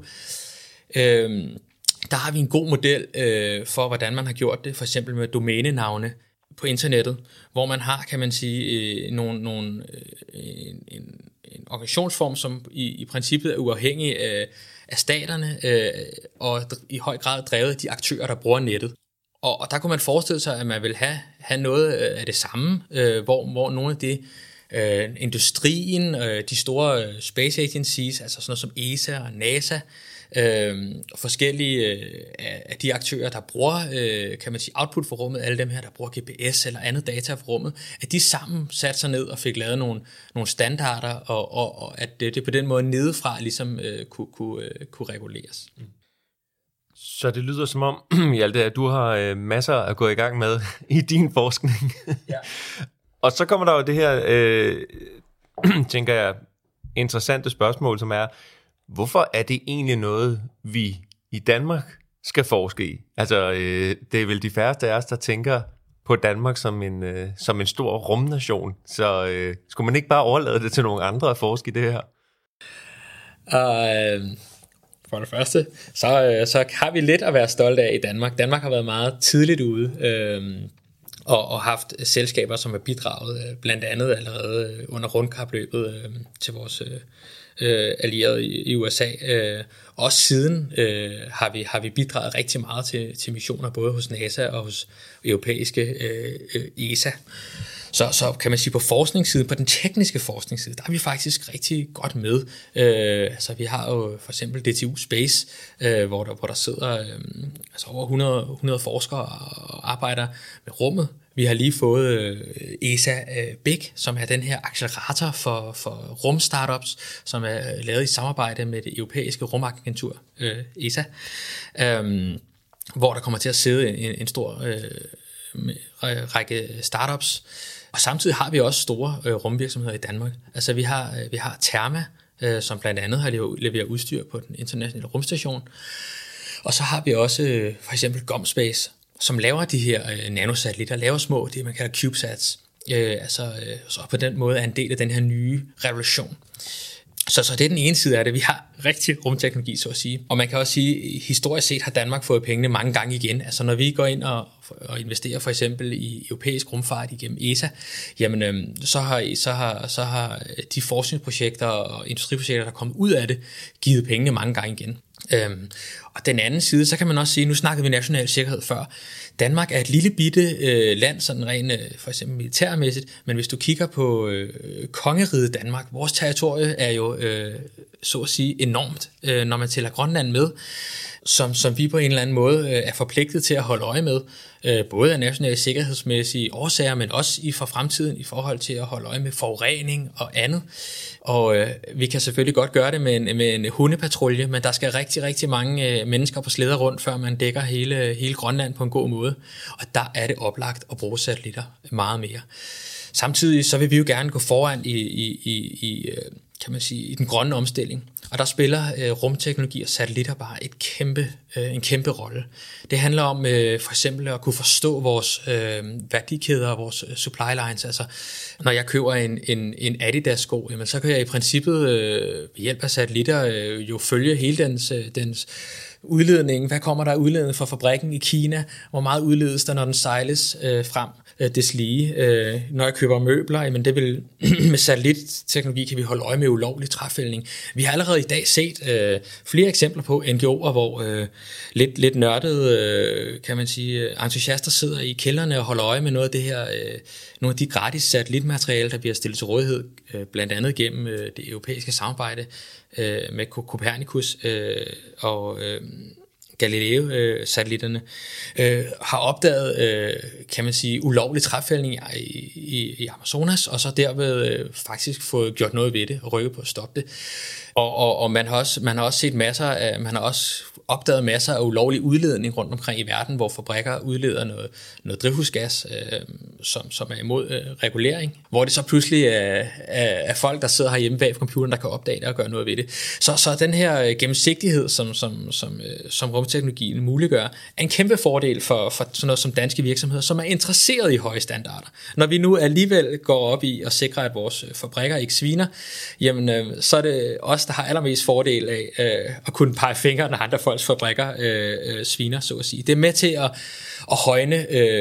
der har vi en god model for, hvordan man har gjort det, for eksempel med domænenavne på internettet, hvor man har, kan man sige, en organisationsform, som i princippet er uafhængig af staterne, og i høj grad drevet af de aktører, der bruger nettet. Og der kunne man forestille sig, at man vil have noget af det samme, hvor nogle af det industrien, de store space agencies, altså sådan noget som ESA og NASA, forskellige af de aktører, der bruger, kan man sige, output for rummet, alle dem her, der bruger GPS eller andet data for rummet, at de sammen satte sig ned og fik lavet nogle standarder, og at det på den måde nedefra ligesom kunne reguleres. Så det lyder som om, Hjalte, at du har masser at gå i gang med i din forskning. Ja. Og så kommer der jo det her, tænker jeg, interessante spørgsmål, som er, hvorfor er det egentlig noget, vi i Danmark skal forske i. Altså, det er vel de færreste af os, der tænker på Danmark som en stor rumnation. Så skulle man ikke bare overlade det til nogle andre at forske i det her? For det første, så har vi lidt at være stolte af i Danmark. Danmark har været meget tidligt ude og haft selskaber, som har bidraget blandt andet allerede under rundkapløbet til vores allierede i USA. Også siden har vi bidraget rigtig meget til missioner, både hos NASA og hos europæiske ESA. Så kan man sige, på forskningssiden, på den tekniske forskningsside, der er vi faktisk rigtig godt med. Altså vi har jo for eksempel DTU Space, hvor der sidder over 100 forskere og arbejder med rummet. Vi har lige fået ESA Big, som er den her accelerator for rumstartups, som er lavet i samarbejde med det europæiske rumagentur, ESA, hvor der kommer til at sidde en stor række startups. Og samtidig har vi også store rumvirksomheder i Danmark. Altså vi har Therma, som blandt andet har leveret udstyr på den internationale rumstation. Og så har vi også for eksempel GomSpace, som laver de her nanosatellitter, laver små, det man kalder CubeSats. Så på den måde er en del af den her nye revolution. Så det er den ene side af det. Vi har rigtig rumteknologi, så at sige. Og man kan også sige, at historisk set har Danmark fået pengene mange gange igen. Altså når vi går ind og investerer for eksempel i europæisk rumfart igennem ESA, jamen så har de forskningsprojekter og industriprojekter, der er kommet ud af det, givet pengene mange gange igen. Og den anden side, så kan man også sige, nu snakkede vi national sikkerhed før. Danmark er et lille bitte land, sådan rent for eksempel militærmæssigt, men hvis du kigger på kongeriget Danmark, vores territorie er jo så at sige enormt, når man tæller Grønland med, som vi på en eller anden måde er forpligtet til at holde øje med, både af nationale sikkerhedsmæssige årsager, men også for fremtiden i forhold til at holde øje med forurening og andet. Og vi kan selvfølgelig godt gøre det med en hundepatrulje, men der skal rigtig, rigtig mange mennesker på slæder rundt, før man dækker hele Grønland på en god måde. Og der er det oplagt at bruge satellitter meget mere. Samtidig så vil vi jo gerne gå foran kan man sige, i den grønne omstilling. Og der spiller rumteknologi og satellitter bare en kæmpe rolle. Det handler om for eksempel at kunne forstå vores værdikæder og vores supply lines. Altså, når jeg køber en Adidas-sko, jamen, så kan jeg i princippet ved hjælp af satellitter jo følge hele dens udledning. Hvad kommer der af udledning fra fabrikken i Kina? Hvor meget udledes der, når den sejles frem? Deslige. Når jeg køber møbler, jamen det vil med satellitteknologi kan vi holde øje med ulovlig træfældning. Vi har allerede i dag set flere eksempler på NGO'er, hvor lidt nørdede, kan man sige, entusiaster sidder i kælderne og holder øje med noget af det her, nogle af de gratis satellitmateriale, der bliver stillet til rådighed, blandt andet gennem det europæiske samarbejde med Copernicus og Galileo-satellitterne, har opdaget, kan man sige, ulovlig træfældning i Amazonas, og så derved faktisk fået gjort noget ved det og rykket på at stoppe det. Og man har også set man har også opdaget masser af ulovlig udledning rundt omkring i verden, hvor fabrikker udleder noget drivhusgas, som er imod regulering, hvor det så pludselig er folk, der sidder herhjemme bag computeren, der kan opdage det og gøre noget ved det. Så den her gennemsigtighed, som rumteknologien muliggør, er en kæmpe fordel for sådan noget som danske virksomheder, som er interesseret i høje standarder. Når vi nu alligevel går op i at sikre, at vores fabrikker ikke sviner, jamen så er det os, der har allermest fordel af at kunne pege fingre, når andre folks fabrikker sviner, så at sige. Det er med til at højne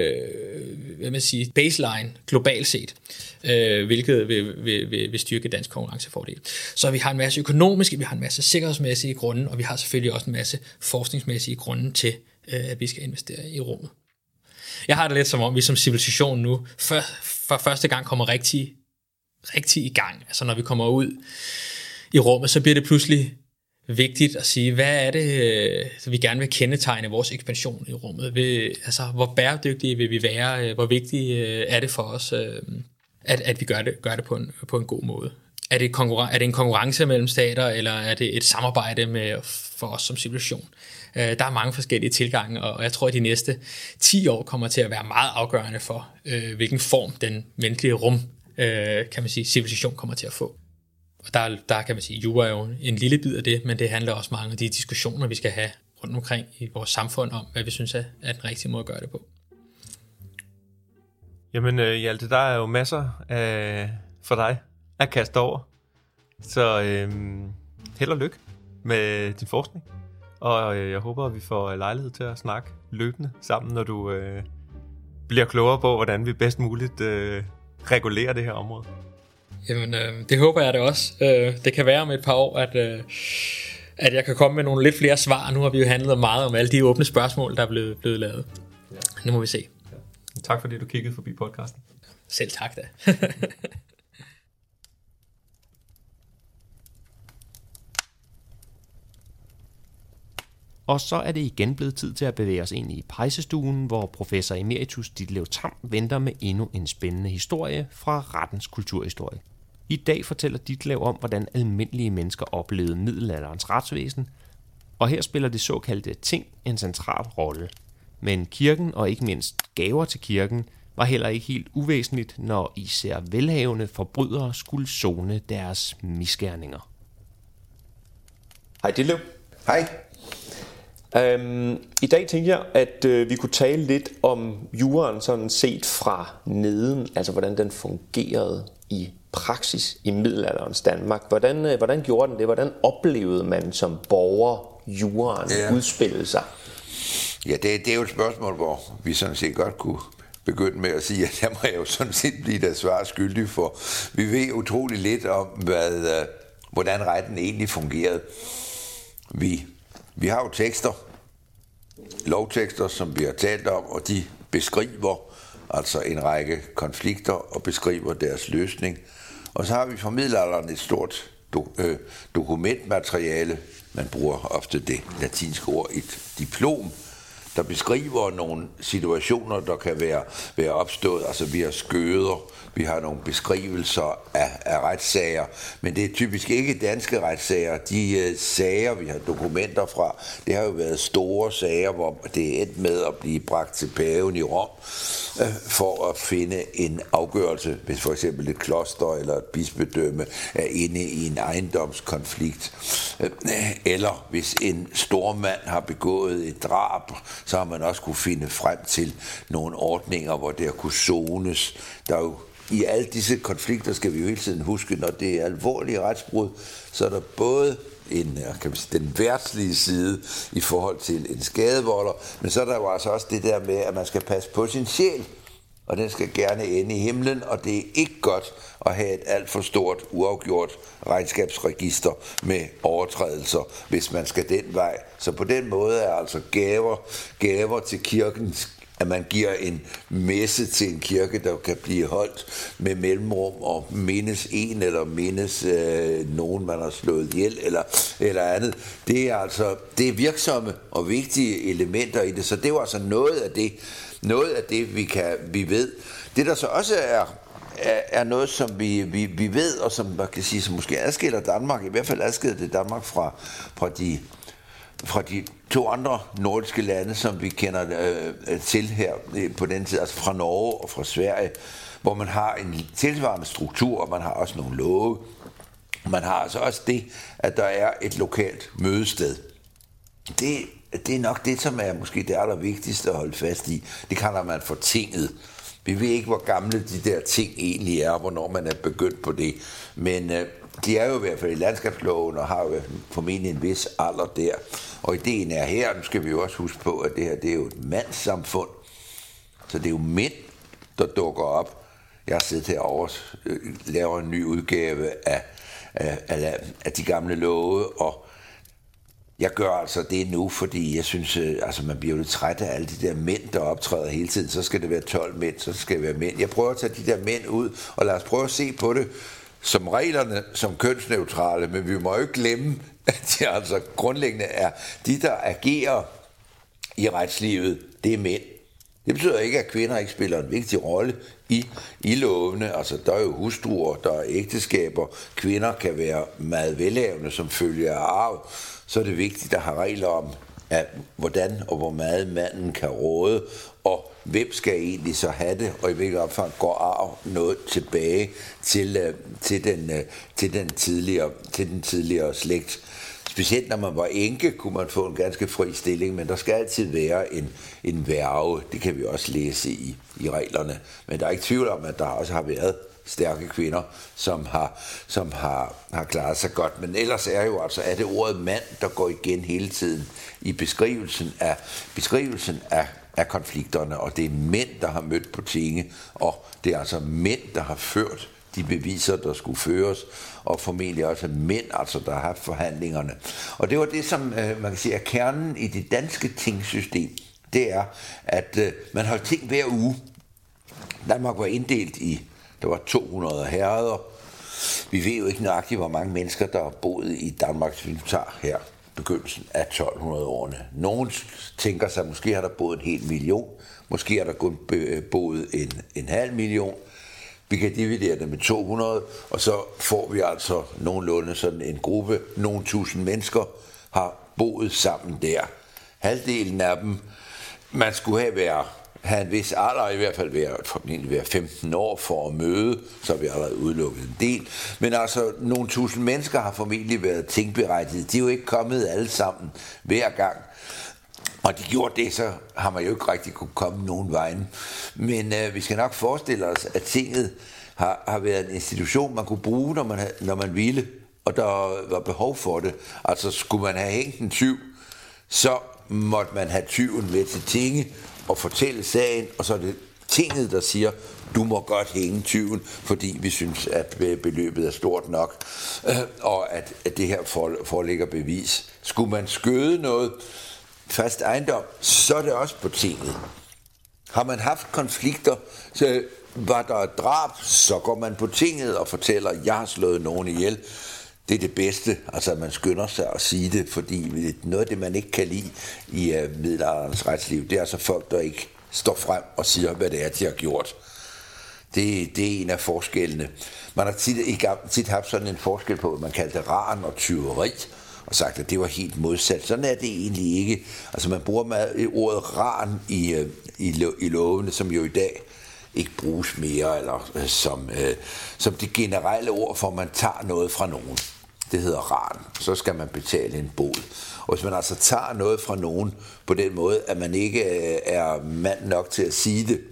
baseline globalt set, hvilket vil styrke dansk konkurrencefordel. Så vi har en masse økonomiske, vi har en masse sikkerhedsmæssige grunde, og vi har selvfølgelig også en masse forskningsmæssige grunde til, at vi skal investere i rummet. Jeg har det lidt som om, vi som civilisation nu for første gang kommer rigtig i gang. Altså når vi kommer ud i rummet, så bliver det pludselig vigtigt at sige, hvad er det, vi gerne vil kendetegne vores ekspansion i rummet? Hvor bæredygtige vil vi være? Hvor vigtigt er det for os, at vi gør det på en god måde? Er det en konkurrence mellem stater, eller er det et samarbejde for os som civilisation? Der er mange forskellige tilgange, og jeg tror, at de næste 10 år kommer til at være meget afgørende for, hvilken form den menneskelige kan man sige, civilisation kommer til at få. Og der kan man sige, jura er jo en lille bid af det, men det handler også meget om de diskussioner, vi skal have rundt omkring i vores samfund om, hvad vi synes er den rigtige måde at gøre det på. Jamen Hjalte, der er jo masser for dig at kaste over. Så held og lykke med din forskning. Og jeg håber, at vi får lejlighed til at snakke løbende sammen, når du bliver klogere på, hvordan vi bedst muligt regulerer det her område. Jamen, det håber jeg da også. Det kan være om et par år, at jeg kan komme med nogle lidt flere svar. Nu har vi jo handlet meget om alle de åbne spørgsmål, der er blevet lavet. Ja. Nu må vi se. Ja. Tak fordi du kiggede forbi podcasten. Selv tak da. Og så er det igen blevet tid til at bevæge os ind i pejsestuen, hvor professor emeritus Ditlev Tamm venter med endnu en spændende historie fra rettens kulturhistorie. I dag fortæller Ditlev om, hvordan almindelige mennesker oplevede middelalderens retsvæsen, og her spiller det såkaldte ting en central rolle. Men kirken og ikke mindst gaver til kirken var heller ikke helt uvæsentligt, når især velhavende forbrydere skulle sone deres misgerninger. Hej Ditlev. Hej. I dag tænker jeg, at vi kunne tale lidt om juraen sådan set fra neden, altså hvordan den fungerede i praksis i middelalderens Danmark. Hvordan gjorde den det? Hvordan oplevede man som borger juraen udspille sig? Ja, det er jo et spørgsmål, hvor vi sådan set godt kunne begynde med at sige, at der må jeg jo sådan set blive der svar skyldig for. Vi ved utrolig lidt om, hvordan retten egentlig fungerede. Vi har jo tekster, lovtekster, som vi har talt om, og de beskriver altså en række konflikter og beskriver deres løsning. Og så har vi fra middelalderen et stort dokumentmateriale. Man bruger ofte det latinske ord et diplom, der beskriver nogle situationer, der kan være opstået. Altså vi har skøder, vi har nogle beskrivelser af retssager, men det er typisk ikke danske retssager. De sager, vi har dokumenter fra, det har jo været store sager, hvor det er endt med at blive bragt til paven i Rom for at finde en afgørelse, hvis for eksempel et kloster eller et bispedømme er inde i en ejendomskonflikt, eller hvis en stormand har begået et drab, så har man også kunne finde frem til nogle ordninger, hvor der kunne sones. Der er jo i alle disse konflikter, skal vi jo hele tiden huske, når det er alvorlige retsbrud, så er der både den værtslige side i forhold til en skadevolder, men så er der jo altså også det der med, at man skal passe på sin sjæl, og den skal gerne ende i himlen, og det er ikke godt at have et alt for stort, uafgjort regnskabsregister med overtrædelser, hvis man skal den vej. Så på den måde er altså gaver til kirken, at man giver en messe til en kirke, der kan blive holdt med mellemrum og mindes en eller mindes nogen, man har slået ihjel eller andet. Det er virksomme og vigtige elementer i det, så det er jo altså noget af det vi ved. Det der så også er noget, som vi ved, og som man kan sige, som måske adskiller Danmark, i hvert fald adskiller det Danmark fra de to andre nordiske lande, som vi kender til her på den tid, altså fra Norge og fra Sverige, hvor man har en tilsvarende struktur, og man har også nogle love. Man har altså også det, at der er et lokalt mødested. Det er nok det, som er måske det allervigtigste at holde fast i. Det kalder man for tinget. Vi ved ikke, hvor gamle de der ting egentlig er, hvornår man er begyndt på det. Men de er jo i hvert fald i landskabsloven og har jo formentlig en vis alder der. Og ideen er her, nu skal vi jo også huske på, at det her det er jo et mandssamfund. Så det er jo mænd, der dukker op. Jeg har siddet herovre og laver en ny udgave af de gamle love, og jeg gør altså det nu, fordi jeg synes, man bliver jo lidt træt af alle de der mænd, der optræder hele tiden. Så skal det være 12 mænd, så skal det være mænd. Jeg prøver at tage de der mænd ud, og lad os prøve at se på det som reglerne, som kønsneutrale, men vi må jo ikke glemme, at de altså grundlæggende er de, der agerer i retslivet, det er mænd. Det betyder ikke, at kvinder ikke spiller en vigtig rolle i lovene. Altså, der er jo hustruer, der er ægteskaber. Kvinder kan være meget velhavende som følge af arv. Så er det vigtigt at have regler om, at hvordan og hvor meget manden kan råde, og hvem skal egentlig så have det, og i hvilket omfang går arv noget tilbage til den tidligere slægt. Specielt når man var enke, kunne man få en ganske fri stilling, men der skal altid være en værge. Det kan vi også læse i reglerne. Men der er ikke tvivl om, at der også har været stærke kvinder, som har klaret sig godt. Men ellers er det ordet mand, der går igen hele tiden i beskrivelsen af konflikterne, og det er mænd, der har mødt på tinge, og det er altså mænd, der har ført de beviser, der skulle føres, og formentlig også mænd, altså, der har haft forhandlingerne. Og det var det, som man kan sige er kernen i det danske tingsystem. Det er, at man holdt ting hver uge. Danmark var inddelt der var 200 herreder. Vi ved jo ikke nøjagtigt, hvor mange mennesker, der boede i Danmark, hvis vi tager her begyndelsen af 1200-årene. Nogen tænker sig, måske har der boet en hel million, måske har der kun boet en halv million. Vi kan dividere det med 200, og så får vi altså nogenlunde sådan en gruppe, nogle tusind mennesker har boet sammen der. Halvdelen af dem, man skulle have en vis alder, i hvert fald være 15 år for at møde, så har vi allerede udelukket en del. Men altså, nogle tusind mennesker har formentlig været tingberettiget. De er jo ikke kommet alle sammen hver gang. Og de gjorde det, så har man jo ikke rigtig kunne komme nogen vejen. Men vi skal nok forestille os, at tinget har været en institution, man kunne bruge, når man ville, og der var behov for det. Altså, skulle man have hængt en tyv, så måtte man have tyven med til tinge og fortælle sagen, og så er det tinget, der siger, du må godt hænge tyven, fordi vi synes, at beløbet er stort nok, og at det her foreligger bevis. Skulle man skøde noget fast ejendom, så er det også på tinget. Har man haft konflikter, så var der et drab, så går man på tinget og fortæller, jeg har slået nogen ihjel. Det er det bedste, altså at man skynder sig at sige det, fordi noget af det, man ikke kan lide i middelalderens retsliv, det er altså folk, der ikke står frem og siger, hvad det er, de har gjort. Det er en af forskellene. Man har tit haft sådan en forskel på, hvad man kaldte ran og tyveri, og sagt, at det var helt modsat. Sådan er det egentlig ikke. Altså man bruger meget ordet ran i lovene, som jo i dag ikke bruges mere, eller som det generelle ord for, at man tager noget fra nogen. Det hedder ran. Så skal man betale en bod. Og hvis man altså tager noget fra nogen på den måde, at man ikke er mand nok til at sige det,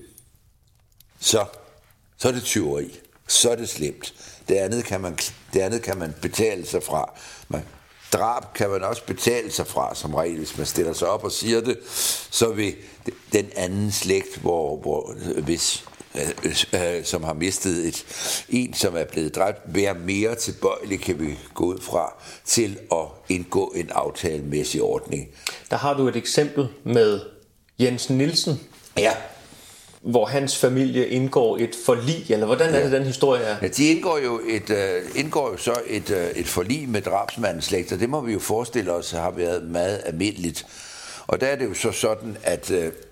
så er det tyveri. Så er det slemt. Det andet kan man betale sig fra. Drab kan man også betale sig fra, som regel, hvis man stiller sig op og siger det, så vil den anden slægt, som har mistet en, som er blevet dræbt, være mere tilbøjelig, kan vi gå ud fra, til at indgå en aftalemæssig ordning. Der har du et eksempel med Jens Nielsen. Ja. Hvor hans familie indgår et forlig, eller hvordan er det, den historie er? Ja, de indgår jo så et forlig med drabsmandens slægt, og det må vi jo forestille os har været meget almindeligt. Og der er det jo så sådan, at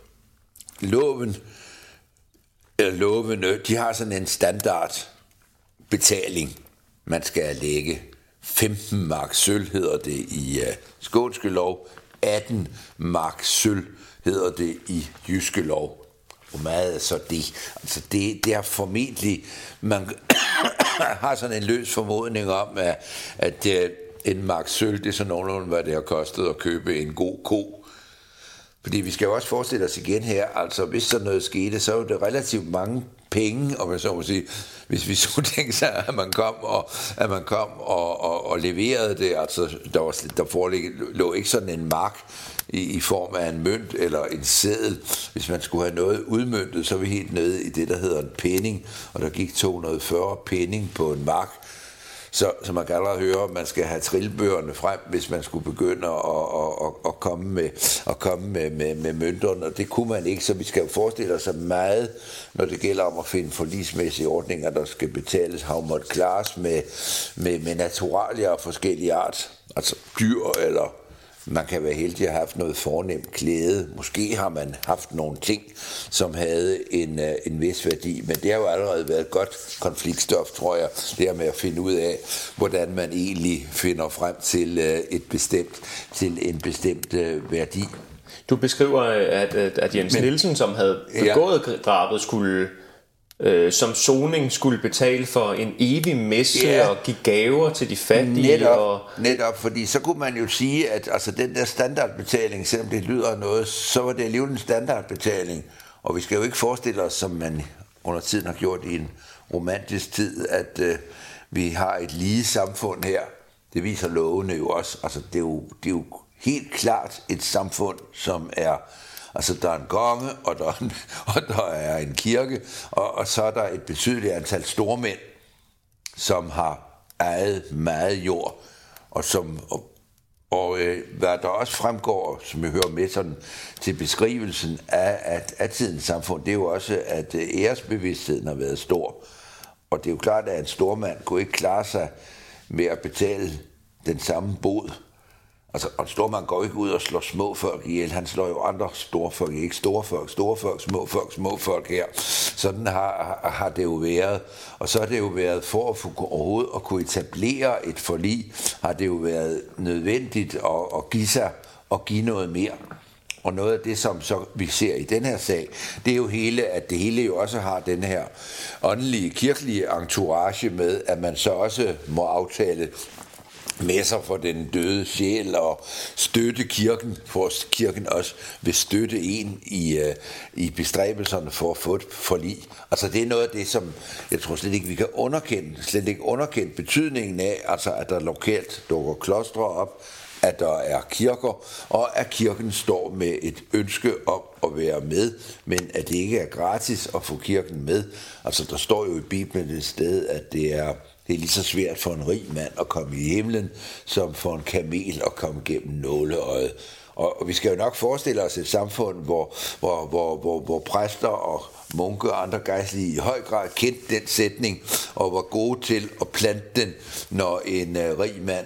lovene, de har sådan en standard betaling, man skal lægge. 15 mark sølv hedder det i skånske lov, 18 mark sølv hedder det i jyske lov. Hvor meget er så det? Altså det er formentlig, man har sådan en løs formodning om, at en mark sølv, det er så nogenlunde, hvad det har kostet at købe en god ko. Fordi vi skal jo også forestille os igen her, altså hvis sådan noget skete, så er det relativt mange penge, og så må sige, hvis vi skulle tænke sig, at man kom og leverede det, altså der forelå ikke sådan en mark i form af en mønt eller en seddel. Hvis man skulle have noget udmøntet, så er vi helt nede i det, der hedder en penning, og der gik 240 penning på en mark. Så man kan allerede høre, at man skal have trillebøgerne frem, hvis man skulle begynde at komme med mønterne, og det kunne man ikke, så vi skal jo forestille os meget, når det gælder om at finde forligsmæssige ordninger, der skal betales, har måttet klares med naturalier og forskellige art, altså dyr, eller man kan være heldig at have haft noget fornemt klæde. Måske har man haft nogle ting, som havde en vis værdi, men det har jo allerede været et godt konfliktstof, tror jeg, det her med at finde ud af, hvordan man egentlig finder frem til en bestemt værdi. Du beskriver, at Jens Nielsen, som havde begået drabet, skulle som soning skulle betale for en evig messe og give gaver til de fattige. Netop, fordi så kunne man jo sige, at altså, den der standardbetaling, selvom det lyder noget, så var det alligevel en standardbetaling. Og vi skal jo ikke forestille os, som man under tiden har gjort i en romantisk tid, at vi har et lige samfund her. Det viser lovene jo også. Altså, det er jo helt klart et samfund, som er... Altså, der er en konge, og der er en kirke, og så er der et betydeligt antal stormænd, som har ejet meget jord, og hvad der også fremgår, som jeg hører med sådan, til beskrivelsen af tidens samfund, det er jo også, at æresbevidstheden har været stor. Og det er jo klart, at en stormand kunne ikke klare sig med at betale den samme bod. Altså, og en stormand går ikke ud og slår små folk ihjel. Han slår jo andre store folk, ikke store folk, små folk her. Sådan har det jo været. Og så har det jo været, for at få overhovedet at kunne etablere et forlig, har det jo været nødvendigt at give sig og give noget mere. Og noget af det, som så vi ser i den her sag, det er jo at det hele jo også har den her åndelige, kirkelige entourage med, at man så også må aftale messer for den døde sjæl og støtte kirken, for at kirken også vil støtte en i bestræbelserne for at få et forlig. Altså det er noget af det, som jeg tror slet ikke vi kan underkende betydningen af, altså at der lokalt dukker klostre op, at der er kirker, og at kirken står med et ønske om at være med, men at det ikke er gratis at få kirken med. Altså der står jo i Bibelen et sted, at det er lige så svært for en rig mand at komme i himlen, som for en kamel at komme gennem nåleøjet. Og vi skal jo nok forestille os et samfund, hvor præster og munke og andre gejstlige i høj grad kendte den sætning, og var gode til at plante den, når en rig mand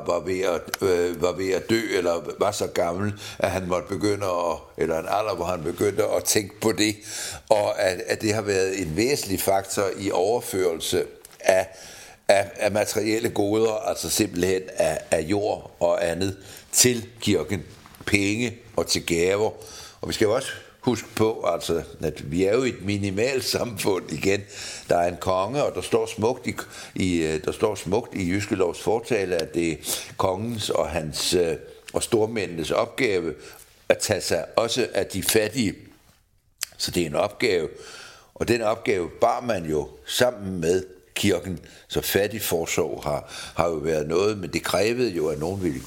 var ved at dø, eller var så gammel, at han måtte begynde eller en alder, hvor han begyndte at tænke på det. Og at det har været en væsentlig faktor i overførelse af materielle goder, altså simpelthen af jord og andet, til kirken, penge og til gaver. Og vi skal jo også huske på, altså, at vi er jo et minimalt samfund igen. Der er en konge, og der står smukt i Jyske Lovs fortale, at det er kongens og hans og stormændenes opgave at tage sig også af de fattige. Så det er en opgave, og den opgave bar man jo sammen med kirken, så fattig forsorg har jo været noget, men det krævede jo, at nogen ville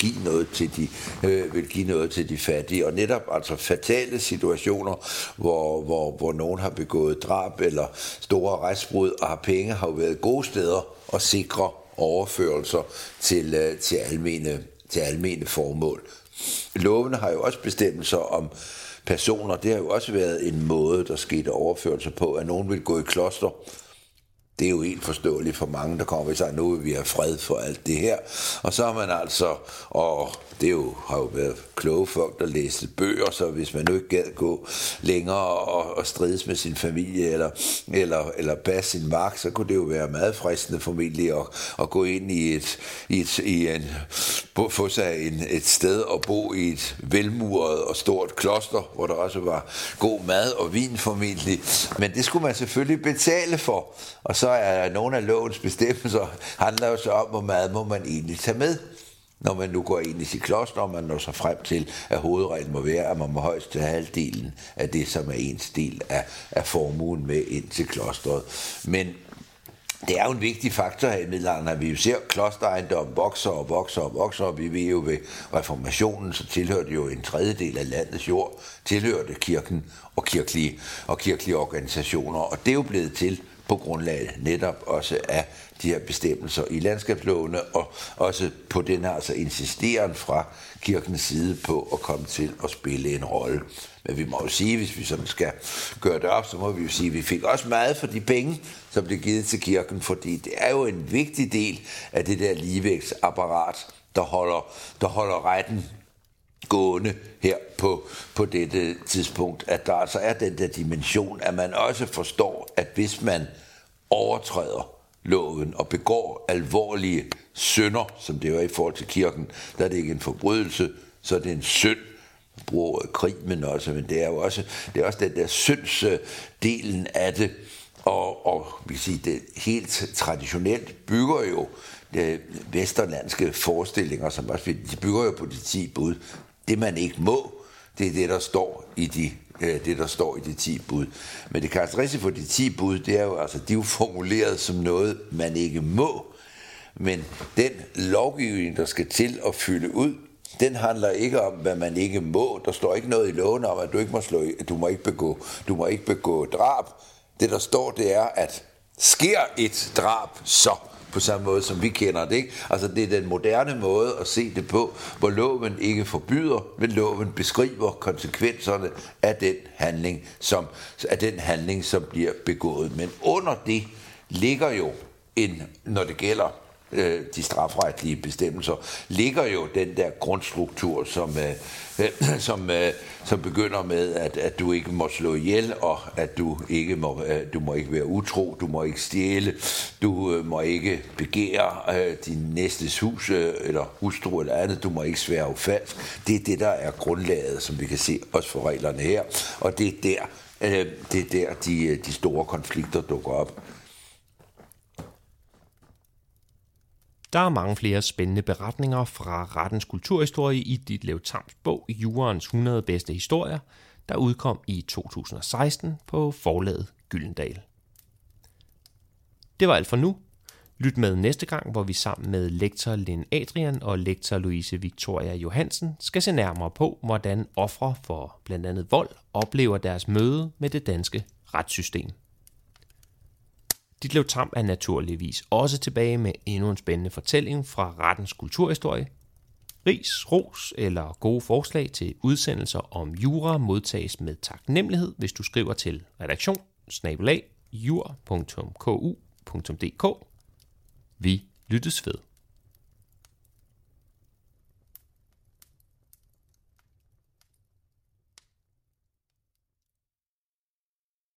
give noget til de fattige, og netop altså fatale situationer, hvor nogen har begået drab eller store retsbrud og har penge, har jo været gode steder at sikre overførelser til almene formål. Lovene har jo også bestemmelser om personer. Det har jo også været en måde, der skete overførelser på, at nogen vil gå i kloster. Det er jo helt forståeligt for mange, der kommer og siger, nu vil vi have fred for alt det her. Og så har man altså, og det har jo været kloge folk, der læste bøger, så hvis man nu ikke gad gå længere og strides med sin familie, eller passe sin mark, så kunne det jo være meget fristende formentlig at gå ind få sig et sted og bo i et velmuret og stort kloster, hvor der også var god mad og vin formentlig. Men det skulle man selvfølgelig betale for. Og så er nogle af lovens bestemmelser, handler jo så om, hvor meget må man egentlig tage med, når man nu går ind i sit kloster, og man når sig frem til, at hovedreglen må være, at man må højst tage halvdelen af det, som er ens del af formuen med ind til klostret. Men det er jo en vigtig faktor her i middelalderen, at vi jo ser, at klosterejendommen vokser, og vi ved jo ved reformationen, så tilhørte jo en tredjedel af landets jord, tilhørte kirken og kirkelige organisationer, og det er jo blevet til på grundlag netop også af de her bestemmelser i landskabslovene, og også på den her altså insisteren fra kirkens side på at komme til at spille en rolle. Men vi må jo sige, hvis vi sådan skal gøre det op, så må vi jo sige, at vi fik også meget for de penge, som blev givet til kirken, fordi det er jo en vigtig del af det der ligevægtsapparat, der holder retten gående her på dette tidspunkt, at der altså er den der dimension, at man også forstår, at hvis man overtræder loven og begår alvorlige synder, som det er i forhold til kirken, der er det ikke en forbrydelse, så er det en synd. Jeg bruger krig, men det er jo også den der syndsdelen af det. Og vi kan sige, det helt traditionelt bygger jo vesterlandske forestillinger, som også de bygger jo på de 10 bud. Det man ikke må, det er det, der står i de 10 bud. Men det karakteristiske for de 10 bud, det er jo, altså, de er jo formuleret som noget, man ikke må. Men den lovgivning, der skal til at fylde ud, den handler ikke om, hvad man ikke må. Der står ikke noget i loven om, at du må ikke begå drab. Det, der står, det er, at sker et drab, så på samme måde, som vi kender det, ikke? Altså, det er den moderne måde at se det på, hvor loven ikke forbyder, men loven beskriver konsekvenserne af den handling, som bliver begået. Men under det ligger jo, når det gælder de strafferetlige bestemmelser, ligger jo den der grundstruktur, som begynder med, at du ikke må slå ihjel, og at du må ikke være utro, du må ikke stjæle, du må ikke begære din næstes hus eller hustru eller andet, du må ikke sværge falsk. Det er det, der er grundlaget, som vi kan se også for reglerne her, og det er der de store konflikter dukker op. Der er mange flere spændende beretninger fra rettens kulturhistorie i Ditlev Tams bog Jurans 100 bedste historier, der udkom i 2016 på forlaget Gyldendal. Det var alt for nu. Lyt med næste gang, hvor vi sammen med lektor Linn Adrian og lektor Louise Victoria Johansen skal se nærmere på, hvordan ofre for blandt andet vold oplever deres møde med det danske retssystem. Ditlev Tam er naturligvis også tilbage med endnu en spændende fortælling fra rettens kulturhistorie. Ris, ros eller gode forslag til udsendelser om jura modtages med taknemmelighed, hvis du skriver til redaktion@jur.ku.dk. Vi lyttes ved.